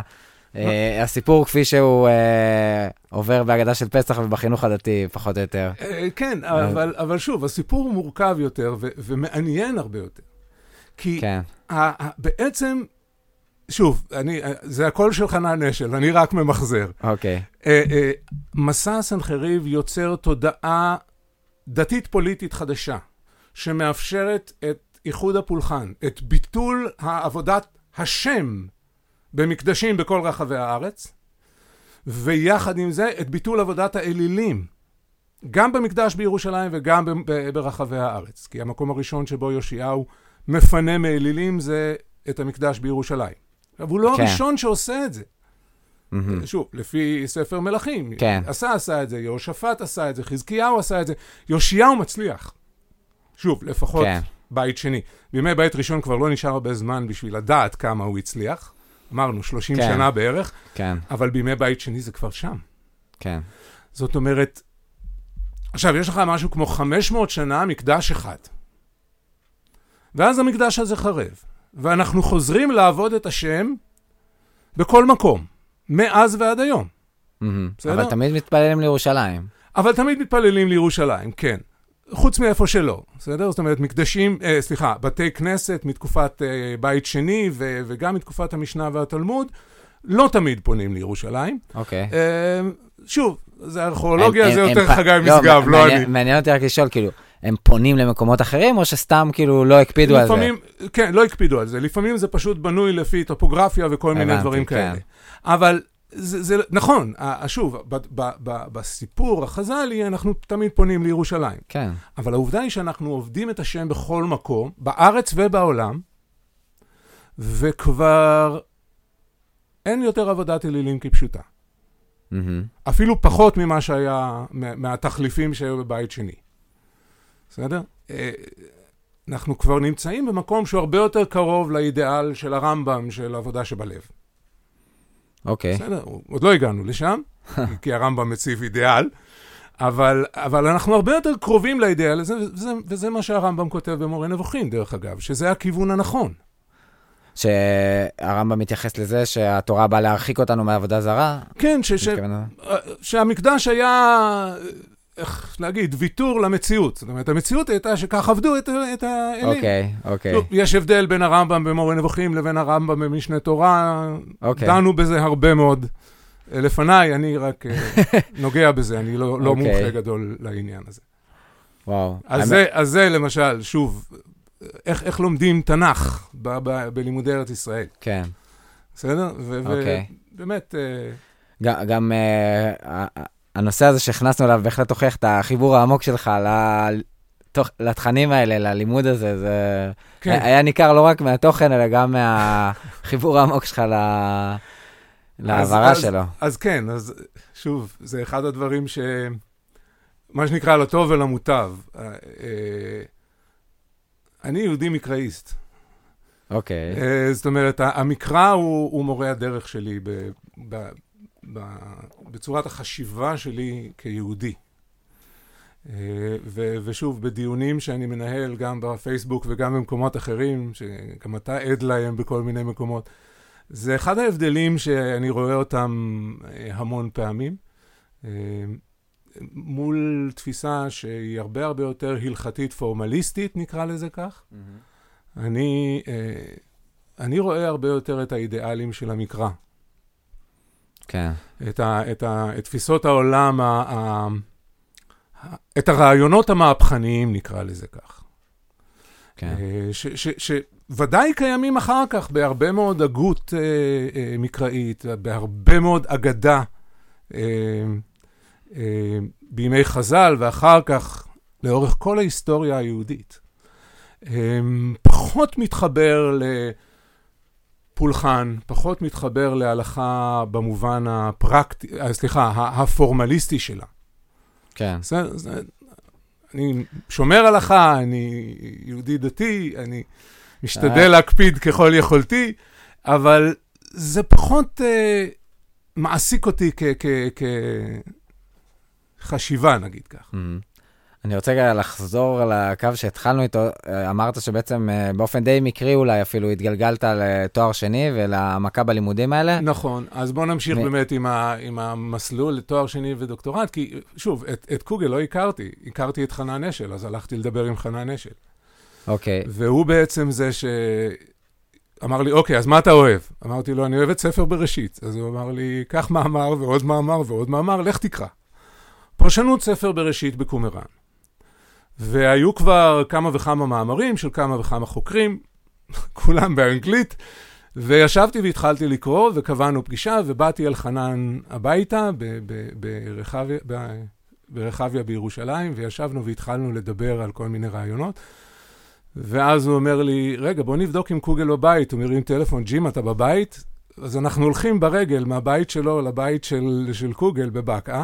הסיפור כפי שהוא עובר בהגדה של פסח ובחינוך הדתי, פחות או יותר. כן, אבל שוב, הסיפור הוא מורכב יותר ומעניין הרבה יותר. כי בעצם, שוב, זה הקול של חנן אשל, אני רק ממחזר. אוקיי. מסע סנחריב יוצר תודעה דתית פוליטית חדשה, שמאפשרת את איחוד הפולחן, את ביטול עבודת השם במקדשים בכל רחבי הארץ, ויחד עם זה את ביטול עבודת האלילים, גם במקדש בירושלים וגם ברחבי הארץ. כי המקום הראשון שבו יאשיהו מפנה מאלילים זה את המקדש בירושלים. אבל הוא לא הראשון שעושה את זה. שוב, לפי ספר מלכים, עשה את זה, יהושפט עשה את זה, חזקיהו עשה את זה, יאשיהו מצליח. שוב, לפחות בית שני. בימי בית ראשון כבר לא נשאר הרבה זמן בשביל לדעת כמה הוא הצליח. אמרנו, 30 שנה בערך, אבל בימי בית שני זה כבר שם. זאת אומרת, עכשיו, יש לך משהו כמו 500 שנה, מקדש אחד. ואז המקדש הזה חרב. ואנחנו חוזרים לעבוד את השם בכל מקום, מאז ועד היום. אבל תמיד מתפללים לירושלים. אבל תמיד מתפללים לירושלים, כן. חוץ מאיפה שלא, בסדר? זאת אומרת, מקדשים, בתי כנסת מתקופת בית שני וגם מתקופת המשנה והתלמוד, לא תמיד פונים לירושלים. אוקיי. שוב, זה ארכיאולוגיה, זה יותר חגי משגב, לא אני. מעניין אותי רק לשאול, כאילו, הם פונים למקומות אחרים, או שסתם כאילו לא הקפידו על זה? כן, לא הקפידו על זה. לפעמים זה פשוט בנוי לפי טופוגרפיה וכל מיני דברים כאלה. אבל זה נכון, שוב, בסיפור החז"לי אנחנו תמיד פונים לירושלים. כן. אבל העובדה היא שאנחנו עובדים את השם בכל מקום, בארץ ובעולם, וכבר אין יותר עבודת אלילים כפשוטה. אפילו פחות ממה שהיה, מהתחליפים שהיו בבית שני. בסדר? אנחנו כבר נמצאים במקום שהוא הרבה יותר קרוב לאידאל של הרמב"ם, של עבודה שבלב. אוקיי. בסדר? עוד לא הגענו לשם, כי הרמב"ם מציב אידאל, אבל אנחנו הרבה יותר קרובים לאידאל, וזה מה שהרמב"ם כותב במורה נבוכים, דרך אגב, שזה הכיוון הנכון. שהרמב"ם מתייחס לזה שהתורה באה להרחיק אותנו מעבודה זרה? כן, שהמקדש היה, איך להגיד, ויתור למציאות. זאת אומרת, המציאות הייתה שכך עבדו את האלים. אוקיי. יש הבדל בין הרמב"ם במורה נבוכים לבין הרמב"ם במשנה תורה. דנו בזה הרבה מאוד לפניי, אני רק נוגע בזה, אני לא מומחה גדול לעניין הזה. וואו. אז זה למשל, שוב, איך לומדים תנ"ך בלימודי ארץ ישראל. כן. בסדר? ובאמת... גם הנושא הזה שהכנסנו אליו בהחלט הוכיח את החיבור העמוק שלך לתכנים האלה, ללימוד הזה. זה היה ניכר לא רק מהתוכן, אלא גם מהחיבור העמוק שלך לעברה שלו. אז כן, אז שוב, זה אחד הדברים מה שנקרא לטוב ולמוטב. אני יהודי מקראיסט. אוקיי. זאת אומרת, המקרא הוא מורה הדרך שלי בצורת החשיבה שלי כיהודי. ושוב, בדיונים שאני מנהל גם בפייסבוק וגם במקומות אחרים, שגם אתה עד להם בכל מיני מקומות, זה אחד ההבדלים שאני רואה אותם המון פעמים, מול תפיסה שהיא הרבה הרבה יותר הלכתית פורמליסטית, נקרא לזה כך. אני רואה הרבה יותר את האידיאלים של המקרא. כן. את תפיסות העולם, את הרעיונות המהפכניים, נקרא לזה כך. כן. שוודאי קיימים אחר כך בהרבה מאוד הגות מקראית, בהרבה מאוד אגדה בימי חז"ל, ואחר כך לאורך כל ההיסטוריה היהודית. פחות מתחבר לפולחן, פחות מתחבר להלכה במובן הפורמליסטי שלה. כן. אני שומר הלכה, אני יהודי דתי, אני משתדל להקפיד ככל יכולתי, אבל זה פחות מעסיק אותי כחשיבה, נגיד כך. אני רוצה רגע לחזור לקו שהתחלנו איתו, אמרת שבעצם באופן די מקרי אולי אפילו התגלגלת לתואר שני ולעמקה בלימודים האלה. נכון, אז בוא נמשיך באמת עם המסלול לתואר שני ודוקטורט, כי שוב, את קוגל לא הכרתי את חנן אשל, אז הלכתי לדבר עם חנן אשל. אוקיי. והוא בעצם זה שאמר לי, אוקיי, אז מה אתה אוהב? אמרתי לו, אני אוהב את ספר בראשית. אז הוא אמר לי, קח מאמר ועוד מאמר ועוד מאמר, לך תקרא. פרשנות ספר בראשית בקומראן. והיו כבר כמה וכמה מאמרים של כמה וכמה חוקרים, כולם באנגלית, וישבתי והתחלתי לקרוא, וקבענו פגישה, ובאתי אל חנן הביתה ברחביה בירושלים, וישבנו והתחלנו לדבר על כל מיני רעיונות, ואז הוא אומר לי, רגע, בוא נבדוק עם קוגל בבית, הוא מרים טלפון, ג'ים, אתה בבית? אז אנחנו הולכים ברגל מהבית שלו לבית של קוגל בבקעה,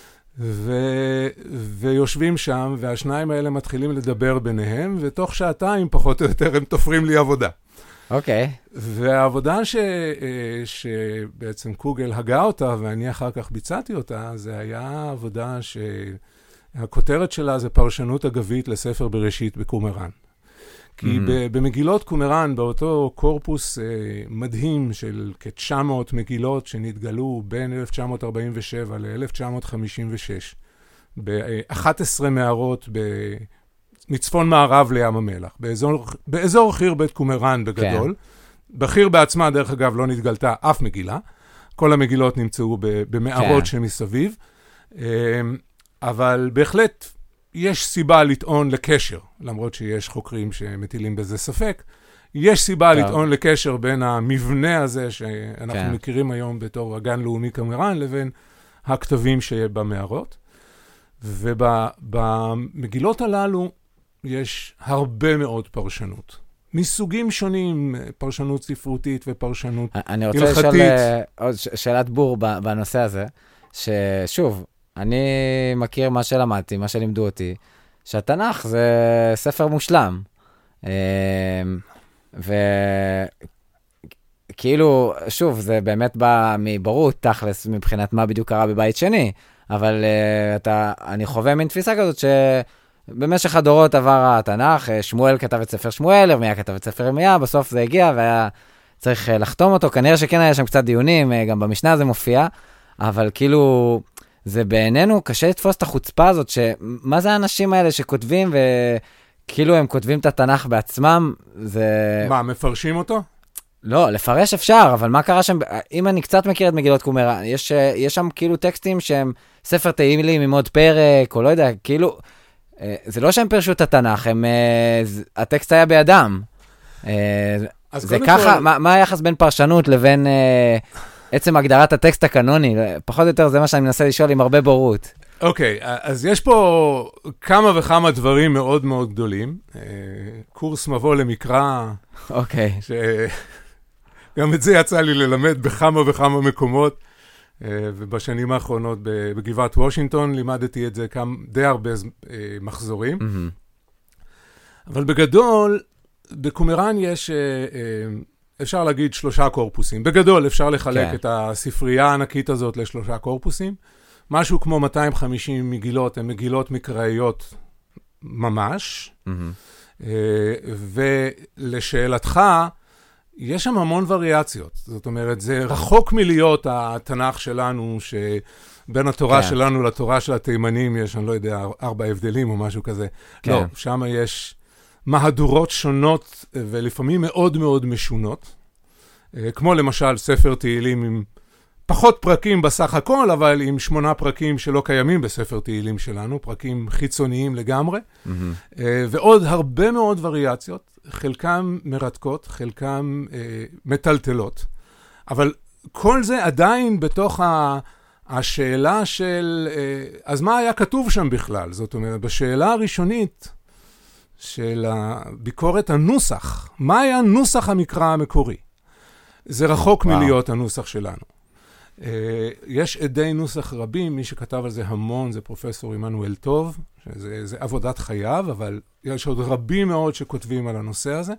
ויושבים שם, והשניים האלה מתחילים לדבר ביניהם, ותוך שעתיים פחות או יותר הם תופרים לי עבודה. אוקיי. והעבודה שבעצם קוגל הגה אותה, ואני אחר כך ביצעתי אותה, זה היה עבודה שהכותרת שלה זה פרשנות אגבית לספר בראשית בקומראן. כי במגילות קומראן, באותו קורפוס מדהים של כ-900 מגילות שנתגלו בין 1947 ל-1956, ב-11 מערות מצפון מערב לים המלח, באזור חיר בית קומראן בגדול. כן. בחיר בעצמה, דרך אגב, לא נתגלתה אף מגילה. כל המגילות נמצאו במערות שמסביב. אבל בהחלט יש סיבה לטעון לקשר, למרות שיש חוקרים שמטילים בזה ספק. יש סיבה לטעון לקשר בין המבנה הזה שאנחנו מכירים היום בתור הגן לאומי קומראן, לבין הכתבים שבמערות. ובמגילות הללו יש הרבה מאוד פרשנות. מסוגים שונים, פרשנות ספרותית ופרשנות הלכתית. אני רוצה לשאול עוד שאלת בור בנושא הזה, ששוב, אני מכיר מה שלמדתי, מה שלימדו אותי, שהתנ"ך זה ספר מושלם. וכאילו, שוב, זה באמת בא מברות, תכלס, מבחינת מה בדיוק קרה בבית שני, אבל אני חווה מין תפיסה כזאת שבמשך הדורות עבר התנ"ך, שמואל כתב את ספר שמואל, ירמיה כתב את ספר ירמיה, בסוף זה הגיע והיה צריך לחתום אותו, כנראה שכן היה שם קצת דיונים, גם במשנה זה מופיע, אבל כאילו זה בעינינו קשה לתפוס את החוצפה הזאת, שמה זה האנשים האלה שכותבים וכאילו הם כותבים את התנ"ך בעצמם, זה... מה, מפרשים אותו? לא, לפרש אפשר, אבל מה קרה שם? אם אני קצת מכיר את מגילות קומראן, יש שם כאילו טקסטים שהם ספר תהילים עם עוד פרק, או לא יודע, כאילו, זה לא שהם פרשו את התנ"ך, הטקסט היה בידם. זה ככה, מה היחס בין פרשנות לבין עצם הגדרת הטקסט הקנוני? פחות או יותר זה מה שאני מנסה לשאול עם הרבה בורות. אוקיי, אז יש פה כמה וכמה דברים מאוד מאוד גדולים. קורס מבוא למקרא. אוקיי. גם את זה יצא לי ללמד בכמה וכמה מקומות, ובשנים האחרונות בגבעת וושינגטון לימדתי את זה די הרבה מחזורים. אבל בגדול, בקומראן יש, אפשר להגיד 3 קורפוסים. בגדול אפשר לחלק את הספרייה הענקית הזאת ל3 קורפוסים. משהו כמו 250 מגילות, הן מגילות מקראיות ממש. ולשאלתך, יש שם המון וריאציות. זאת אומרת, זה רחוק מלהיות התנ"ך שלנו, שבין התורה שלנו לתורה של התימנים יש, אני לא יודע, 4 הבדלים או משהו כזה. לא, שם יש מהדורות שונות ולפעמים מאוד מאוד משונות. כמו למשל ספר תהילים עם פחות פרקים בסך הכל, אבל עם 8 פרקים שלא קיימים בספר תהילים שלנו, פרקים חיצוניים לגמרי, ועוד הרבה מאוד וריאציות, חלקם מרתקות, חלקם מטלטלות, אבל כל זה עדיין בתוך השאלה של, אז מה היה כתוב שם בכלל? זאת אומרת, בשאלה הראשונית של הביקורת הנוסח, מה היה נוסח המקרא המקורי? זה רחוק מלהיות הנוסח שלנו. יש עדי נוסח רבים, מי שכתב על זה המון זה פרופסור עמנואל טוב, שזה עבודת חייו, אבל יש עוד רבים מאוד שכותבים על הנושא הזה,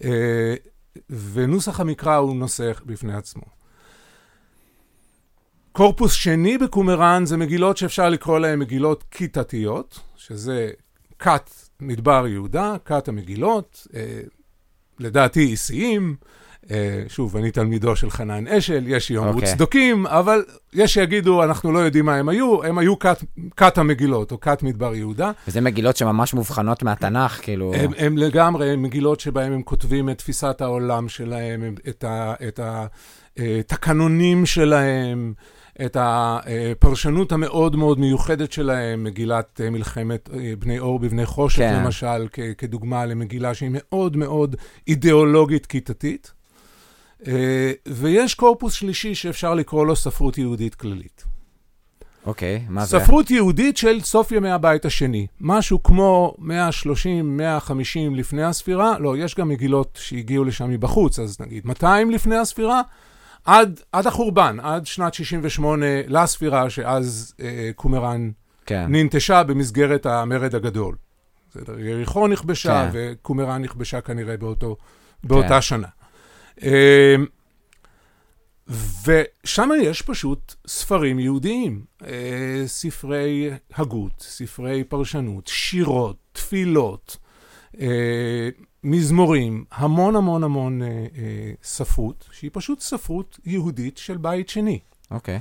ונוסח המקרא הוא נושא בפני עצמו. קורפוס שני בקומראן זה מגילות שאפשר לקרוא להן מגילות כיתתיות, שזה כת מדבר יהודה, כת המגילות, לדעתי איסיים, שוב, אני תלמידו של חנן אשל, יש שיאמרו צדוקים, אבל יש שיגידו, אנחנו לא יודעים מה הם היו כת המגילות, או כת מדבר יהודה. וזה מגילות שממש מובחנות מהתנ"ך, כאילו... הם לגמרי, הם מגילות שבהם הם כותבים את תפיסת העולם שלהם, את התקנונים שלהם, את הפרשנות המאוד מאוד מיוחדת שלהם, מגילת מלחמת בני אור בבני חושך, למשל, כדוגמה למגילה שהיא מאוד מאוד אידיאולוגית כיתתית. ויש קורפוס שלישי שאפשר לקרוא לו ספרות יהודית כללית. אוקיי, מה זה? ספרות יהודית של סוף ימי הבית השני. משהו כמו 130, 150 לפני הספירה. לא, יש גם מגילות שהגיעו לשם מבחוץ, אז נגיד 200 לפני הספירה, עד החורבן, עד שנת 68 לספירה, שאז קומראן ננטשה במסגרת המרד הגדול. יריחו נכבשה, וקומראן נכבשה כנראה באותה שנה. ושם יש פשוט ספרים יהודיים, ספרי הגות, ספרי פרשנות, שירות, תפילות, מזמורים, המון המון המון ספרות, שהיא פשוט ספרות יהודית של בית שני. אוקיי.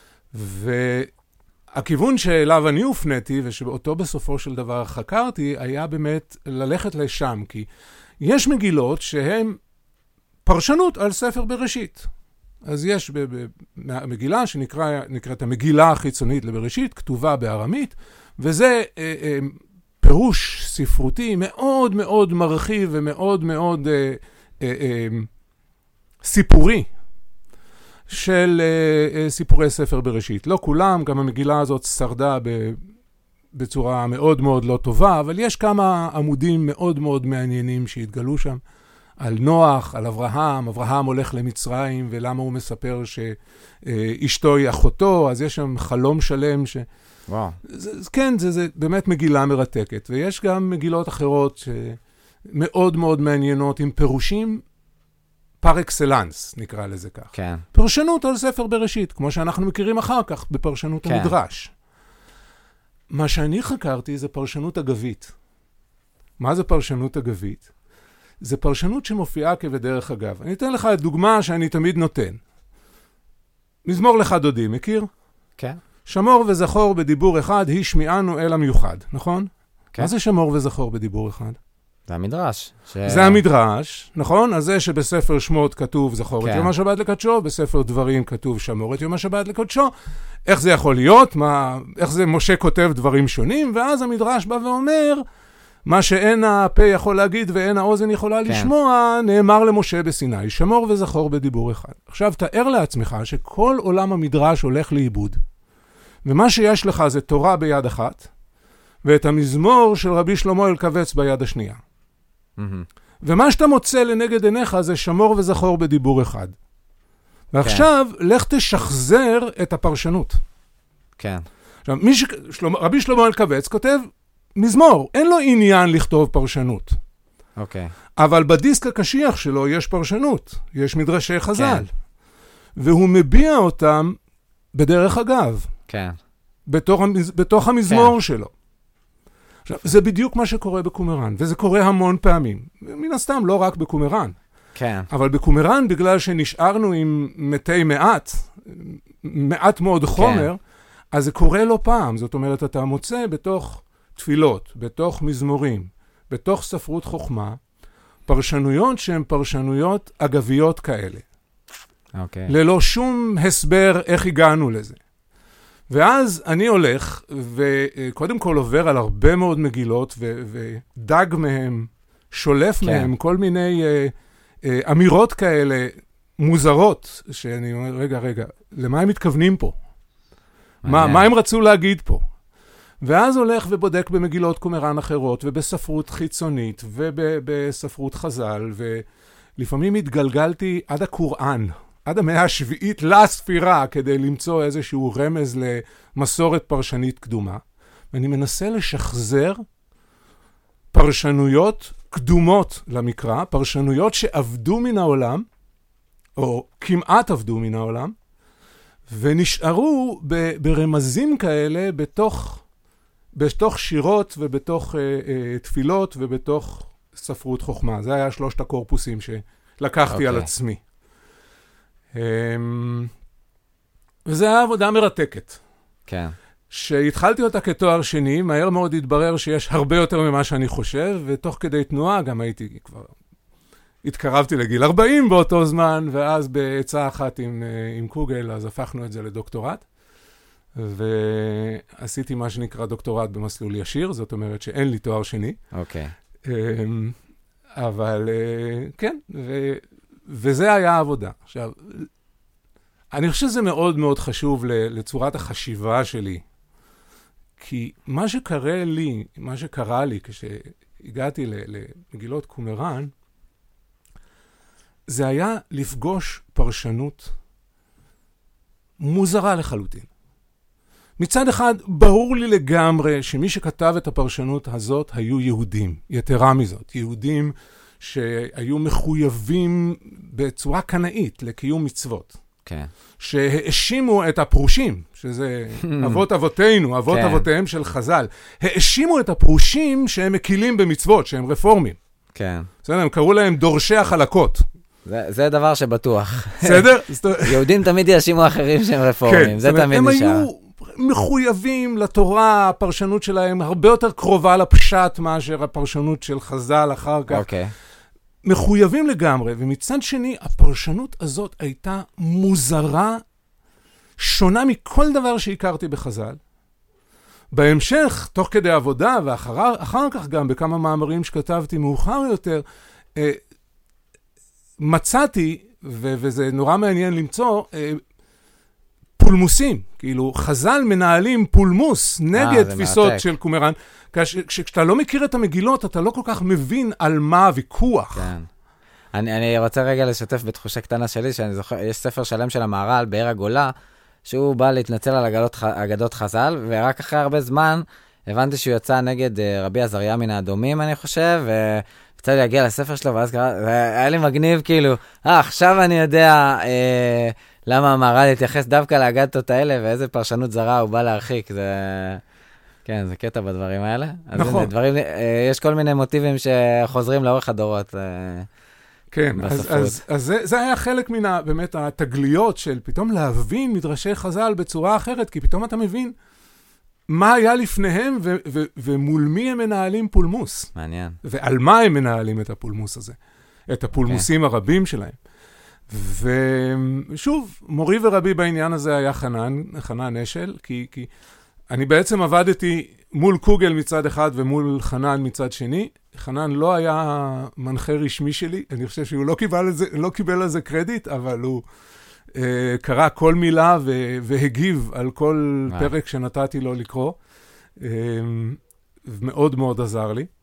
והכיוון שאליו אני הופניתי, ושאותו בסופו של דבר חקרתי, היה באמת ללכת לשם, כי יש מגילות שהן פרשנות על ספר בראשית. אז יש מגילה שנקראת המגילה החיצונית לבראשית, כתובה בארמית, וזה פירוש ספרותי מאוד מאוד מרחיב ומאוד מאוד סיפורי של סיפורי ספר בראשית. לא כולם, גם המגילה הזאת שרדה בצורה מאוד מאוד לא טובה, אבל יש כמה עמודים מאוד מאוד מעניינים שהתגלו שם. על נוח, על אברהם, אברהם הולך למצרים, ולמה הוא מספר שאשתו היא אחותו, אז יש שם חלום שלם וואו. כן, זה באמת מגילה מרתקת, ויש גם מגילות אחרות שמאוד מאוד מעניינות, עם פירושים פר אקסלנס, נקרא לזה כך. כן. פרשנות על ספר בראשית, כמו שאנחנו מכירים אחר כך בפרשנות המדרש. מה שאני חקרתי זה פרשנות אגבית. מה זה פרשנות אגבית? זה פרשנות שמופיעה כבדרך אגב. אני אתן לך דוגמה שאני תמיד נותן. מזמור לך דודי, מכיר? כן. שמור וזכור בדיבור אחד, השמיענו אל המיוחד, נכון? כן. מה זה שמור וזכור בדיבור אחד? זה המדרש. זה המדרש, נכון? אז זה שבספר שמות כתוב זכור את יום השבת לקדשו, בספר דברים כתוב שמור את יום השבת לקדשו. איך זה יכול להיות? איך זה משה כותב דברים שונים? ואז המדרש בא ואומר, מה שאין הפה יכול להגיד ואין האוזן יכולה לשמוע, נאמר למשה בסיני, שמור וזכור בדיבור אחד. עכשיו תאר לעצמך שכל עולם המדרש הולך לאיבוד, ומה שיש לך זה תורה ביד אחת, ואת המזמור של רבי שלמה אלקבץ ביד השנייה. ומה שאתה מוצא לנגד עיניך זה שמור וזכור בדיבור אחד. ועכשיו לך תשחזר את הפרשנות. כן. עכשיו, רבי שלמה אלקבץ כותב מזמור, אין לו עניין לכתוב פרשנות. אוקיי. אבל בדיסק הקשיח שלו יש פרשנות, יש מדרשי חז"ל. והוא מביע אותם בדרך אגב. כן. בתוך המזמור שלו. עכשיו, זה בדיוק מה שקורה בקומראן, וזה קורה המון פעמים. מן הסתם, לא רק בקומראן. כן. אבל בקומראן, בגלל שנשארנו עם מתי מעט מאוד חומר, אז זה קורה לא פעם. זאת אומרת, אתה מוצא בתוך תפילות, בתוך מזמורים, בתוך ספרות חוכמה, פרשנויות שהן פרשנויות אגביות כאלה. אוקיי. ללא שום הסבר איך הגענו לזה. ואז אני הולך, וקודם כל עובר על הרבה מאוד מגילות, ודג מהם, שולף מהם כל מיני אמירות כאלה מוזרות, שאני אומר, רגע, למה הם מתכוונים פה? מה הם רצו להגיד פה? ואז הולך ובודק במגילות קומראן אחרות, ובספרות חיצונית, ובספרות חז"ל, ולפעמים התגלגלתי עד הקוראן, עד המאה השביעית לספירה, כדי למצוא איזשהו רמז למסורת פרשנית קדומה. ואני מנסה לשחזר פרשנויות קדומות למקרא, פרשנויות שעבדו מן העולם, או כמעט עבדו מן העולם, ונשארו ברמזים כאלה בתוך שירות ובתוך תפילות ובתוך ספרות חוכמה. זה היה 3 הקורפוסים שלקחתי על עצמי. וזו היה עבודה מרתקת. כן. שהתחלתי אותה כתואר שני, מהר מאוד התברר שיש הרבה יותר ממה שאני חושב, ותוך כדי תנועה גם התקרבתי לגיל 40 באותו זמן, ואז בעצה אחת עם קוגל, אז הפכנו את זה לדוקטורט, ועשיתי מה שנקרא דוקטורט במסלול ישיר, זאת אומרת שאין לי תואר שני. אוקיי. אבל כן, וזה היה העבודה. עכשיו, אני חושב שזה מאוד מאוד חשוב לצורת החשיבה שלי, כי מה שקרה לי כשהגעתי למגילות קומראן, זה היה לפגוש פרשנות מוזרה לחלוטין. מצד אחד, ברור לי לגמרי שמי שכתב את הפרשנות הזאת היו יהודים. יתרה מזאת, יהודים שהיו מחויבים בצורה קנאית לקיום מצוות. כן. שהאשימו את הפרושים, שזה אבות אבותינו, אבות אבותיהם של חז"ל, האשימו את הפרושים שהם מקילים במצוות, שהם רפורמים. כן. בסדר, הם קראו להם דורשי החלקות. זה דבר שבטוח. בסדר? יהודים תמיד יאשימו אחרים שהם רפורמים, זה תמיד נשאר. הם היו מחויבים לתורה, הפרשנות שלהם הרבה יותר קרובה לפשט מאשר הפרשנות של חז"ל אחר כך. אוקיי. מחויבים לגמרי, ומצד שני, הפרשנות הזאת הייתה מוזרה, שונה מכל דבר שהכרתי בחז"ל. בהמשך, תוך כדי עבודה, ואחר כך גם בכמה מאמרים שכתבתי מאוחר יותר, מצאתי, וזה נורא מעניין למצוא, פולמוסים. כאילו, חז"ל מנהלים פולמוס נגד תפיסות של קומראן. כשאתה לא מכיר את המגילות, אתה לא כל כך מבין על מה הוויכוח. כן. אני רוצה רגע לשתף בתחושה קטנה שלי, שאני זוכר, יש ספר שלם של המהר"ל, באר הגולה, שהוא בא להתנצל על אגדות חז"ל, ורק אחרי הרבה זמן הבנתי שהוא יצא נגד רבי עזריה מן האדומים, אני חושב, ורצה להגיע לספר שלו, ואז היה לי מגניב, כאילו, עכשיו אני יודע למה המהר"ל התייחס דווקא לאגדות האלה, ואיזה פרשנות זרה הוא בא להרחיק, כן, זה קטע בדברים האלה. נכון. יש כל מיני מוטיבים שחוזרים לאורך הדורות. כן, אז זה היה חלק מן באמת התגליות של פתאום להבין מדרשי חז"ל בצורה אחרת, כי פתאום אתה מבין מה היה לפניהם ומול מי הם מנהלים פולמוס. מעניין. ועל מה הם מנהלים את הפולמוס הזה, את הפולמוסים הרבים שלהם. ושוב, מורי ורבי בעניין הזה היה חנן אשל, כי אני בעצם עבדתי מול קוגל מצד אחד ומול חנן מצד שני. חנן לא היה מנחה רשמי שלי, אני חושב שהוא לא קיבל על זה קרדיט, אבל הוא קרא כל מילה והגיב על כל פרק שנתתי לו לקרוא. מאוד מאוד עזר לי.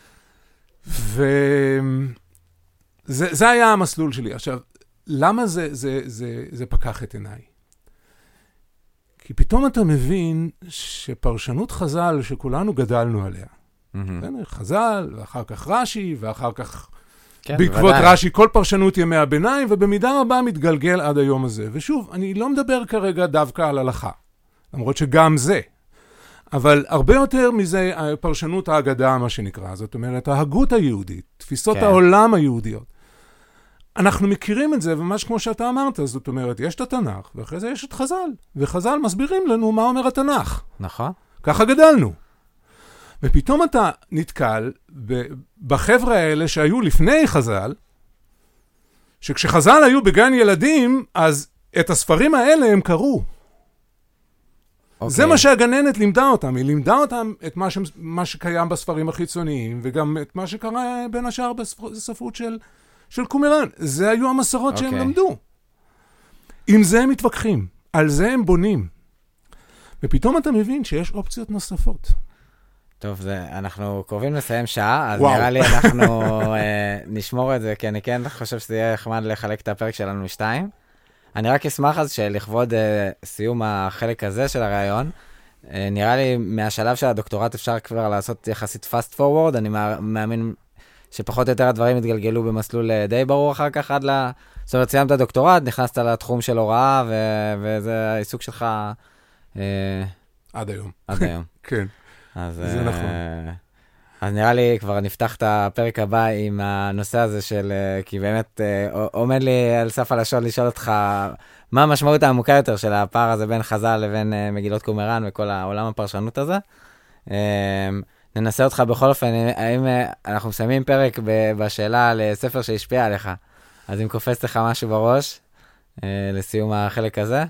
וזה היה המסלול שלי. עכשיו, למה זה פקח את עיניי? כי פתאום אתה מבין שפרשנות חז"ל שכולנו גדלנו עליה, חז"ל, ואחר כך רש"י, ואחר כך בעקבות רש"י כל פרשנות ימי הביניים, ובמידה רבה מתגלגל עד היום הזה. ושוב, אני לא מדבר כרגע דווקא על הלכה, למרות שגם זה. אבל הרבה יותר מזה פרשנות ההגדה, מה שנקרא, זאת אומרת, ההגות היהודית, תפיסות העולם היהודיות. אנחנו מכירים את זה, וממש כמו שאתה אמרת, זאת אומרת, יש את התנ"ך, ואחרי זה יש את חז"ל, וחז"ל מסבירים לנו מה אומר התנ"ך. נכון. ככה גדלנו. ופתאום אתה נתקל בחבר'ה האלה שהיו לפני חז"ל, שכשחז"ל היו בגן ילדים, אז את הספרים האלה הם קראו. זה מה שהגננת לימדה אותם. היא לימדה אותם את מה שקיים בספרים החיצוניים, וגם את מה שקרה בין השאר בספרות של קומראן. זה היו המסורות שהם למדו. עם זה הם מתווכחים, על זה הם בונים. ופתאום אתה מבין שיש אופציות נוספות. טוב, אנחנו קרובים לסיים שעה, אז נראה לי אנחנו נשמור את זה, כי אני כן חושב שזה יהיה נחמד לחלק את הפרק שלנו לשתיים. אני רק אשמח אז שלכבוד סיום החלק הזה של הרעיון, נראה לי מהשלב של הדוקטורט אפשר כבר לעשות יחסית fast forward, אני מאמין שפחות או יותר הדברים התגלגלו במסלול די ברור אחר כך עד זאת אומרת, סיימת דוקטורט, נכנסת לתחום של הוראה, וזה העיסוק שלך... עד היום. עד היום. כן, זה נכון. אז נראה לי כבר נפתח את הפרק הבא עם הנושא הזה של, כי באמת עומד לי על סף הלשון לשאול אותך, מה המשמעות העמוקה יותר של הפער הזה בין חז"ל לבין מגילות קומראן וכל העולם הפרשנות הזה. ננסה אותך בכל אופן, האם אנחנו מסיימים פרק בשאלה לספר שהשפיע עליך, אז אם קופץ לך משהו בראש, לסיום החלק הזה?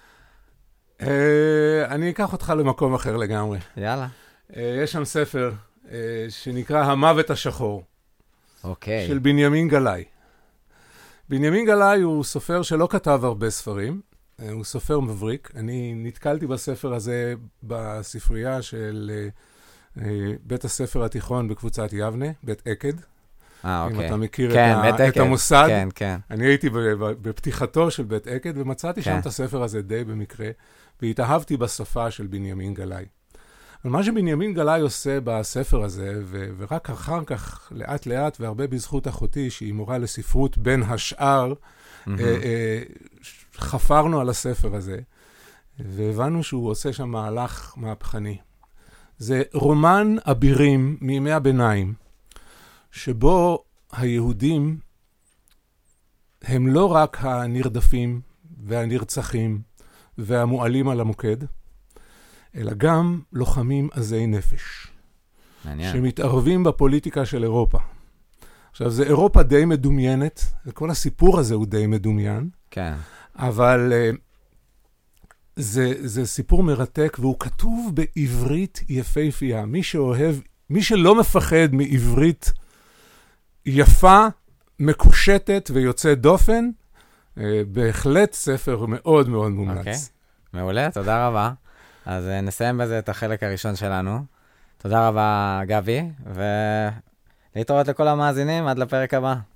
אני אקח אותך למקום אחר לגמרי. יאללה. יש שם ספר שנקרא המוות השחור. אוקיי. של בנימין גלאי. בנימין גלאי הוא סופר שלא כתב הרבה ספרים, הוא סופר מבריק. אני נתקלתי בספר הזה בספרייה של בית הספר התיכון בקבוצת יבנה, בית עקד. אוקיי. אם אתה מכיר כן, את המוסד. כן, כן. אני הייתי בפתיחתו של בית עקד, ומצאתי שם את הספר הזה די במקרה, והתאהבתי בשפה של בנימין גלאי. אבל מה שבנימין גלאי עושה בספר הזה, ורק אחר כך, לאט לאט, והרבה בזכות אחותי, שהיא מורה לספרות בין השאר, חפרנו על הספר הזה, והבנו שהוא עושה שם מהלך מהפכני. זה רומן אבירים מימי הביניים, שבו היהודים הם לא רק הנרדפים והנרצחים והמועלים על המוקד, אלא גם לוחמים עזי נפש. מעניין. שמתערבים בפוליטיקה של אירופה. עכשיו, זה אירופה די מדומיינת, כל הסיפור הזה הוא די מדומיין, כן. אבל זה סיפור מרתק, והוא כתוב בעברית יפהפייה. מי שלא מפחד מעברית יפה, מקושטת ויוצא דופן, בהחלט ספר מאוד מאוד מומלץ. אוקיי, מעולה, תודה רבה. אז נסיים בזה את החלק הראשון שלנו. תודה רבה, גבי, ולהתראות לכל המאזינים עד לפרק הבא.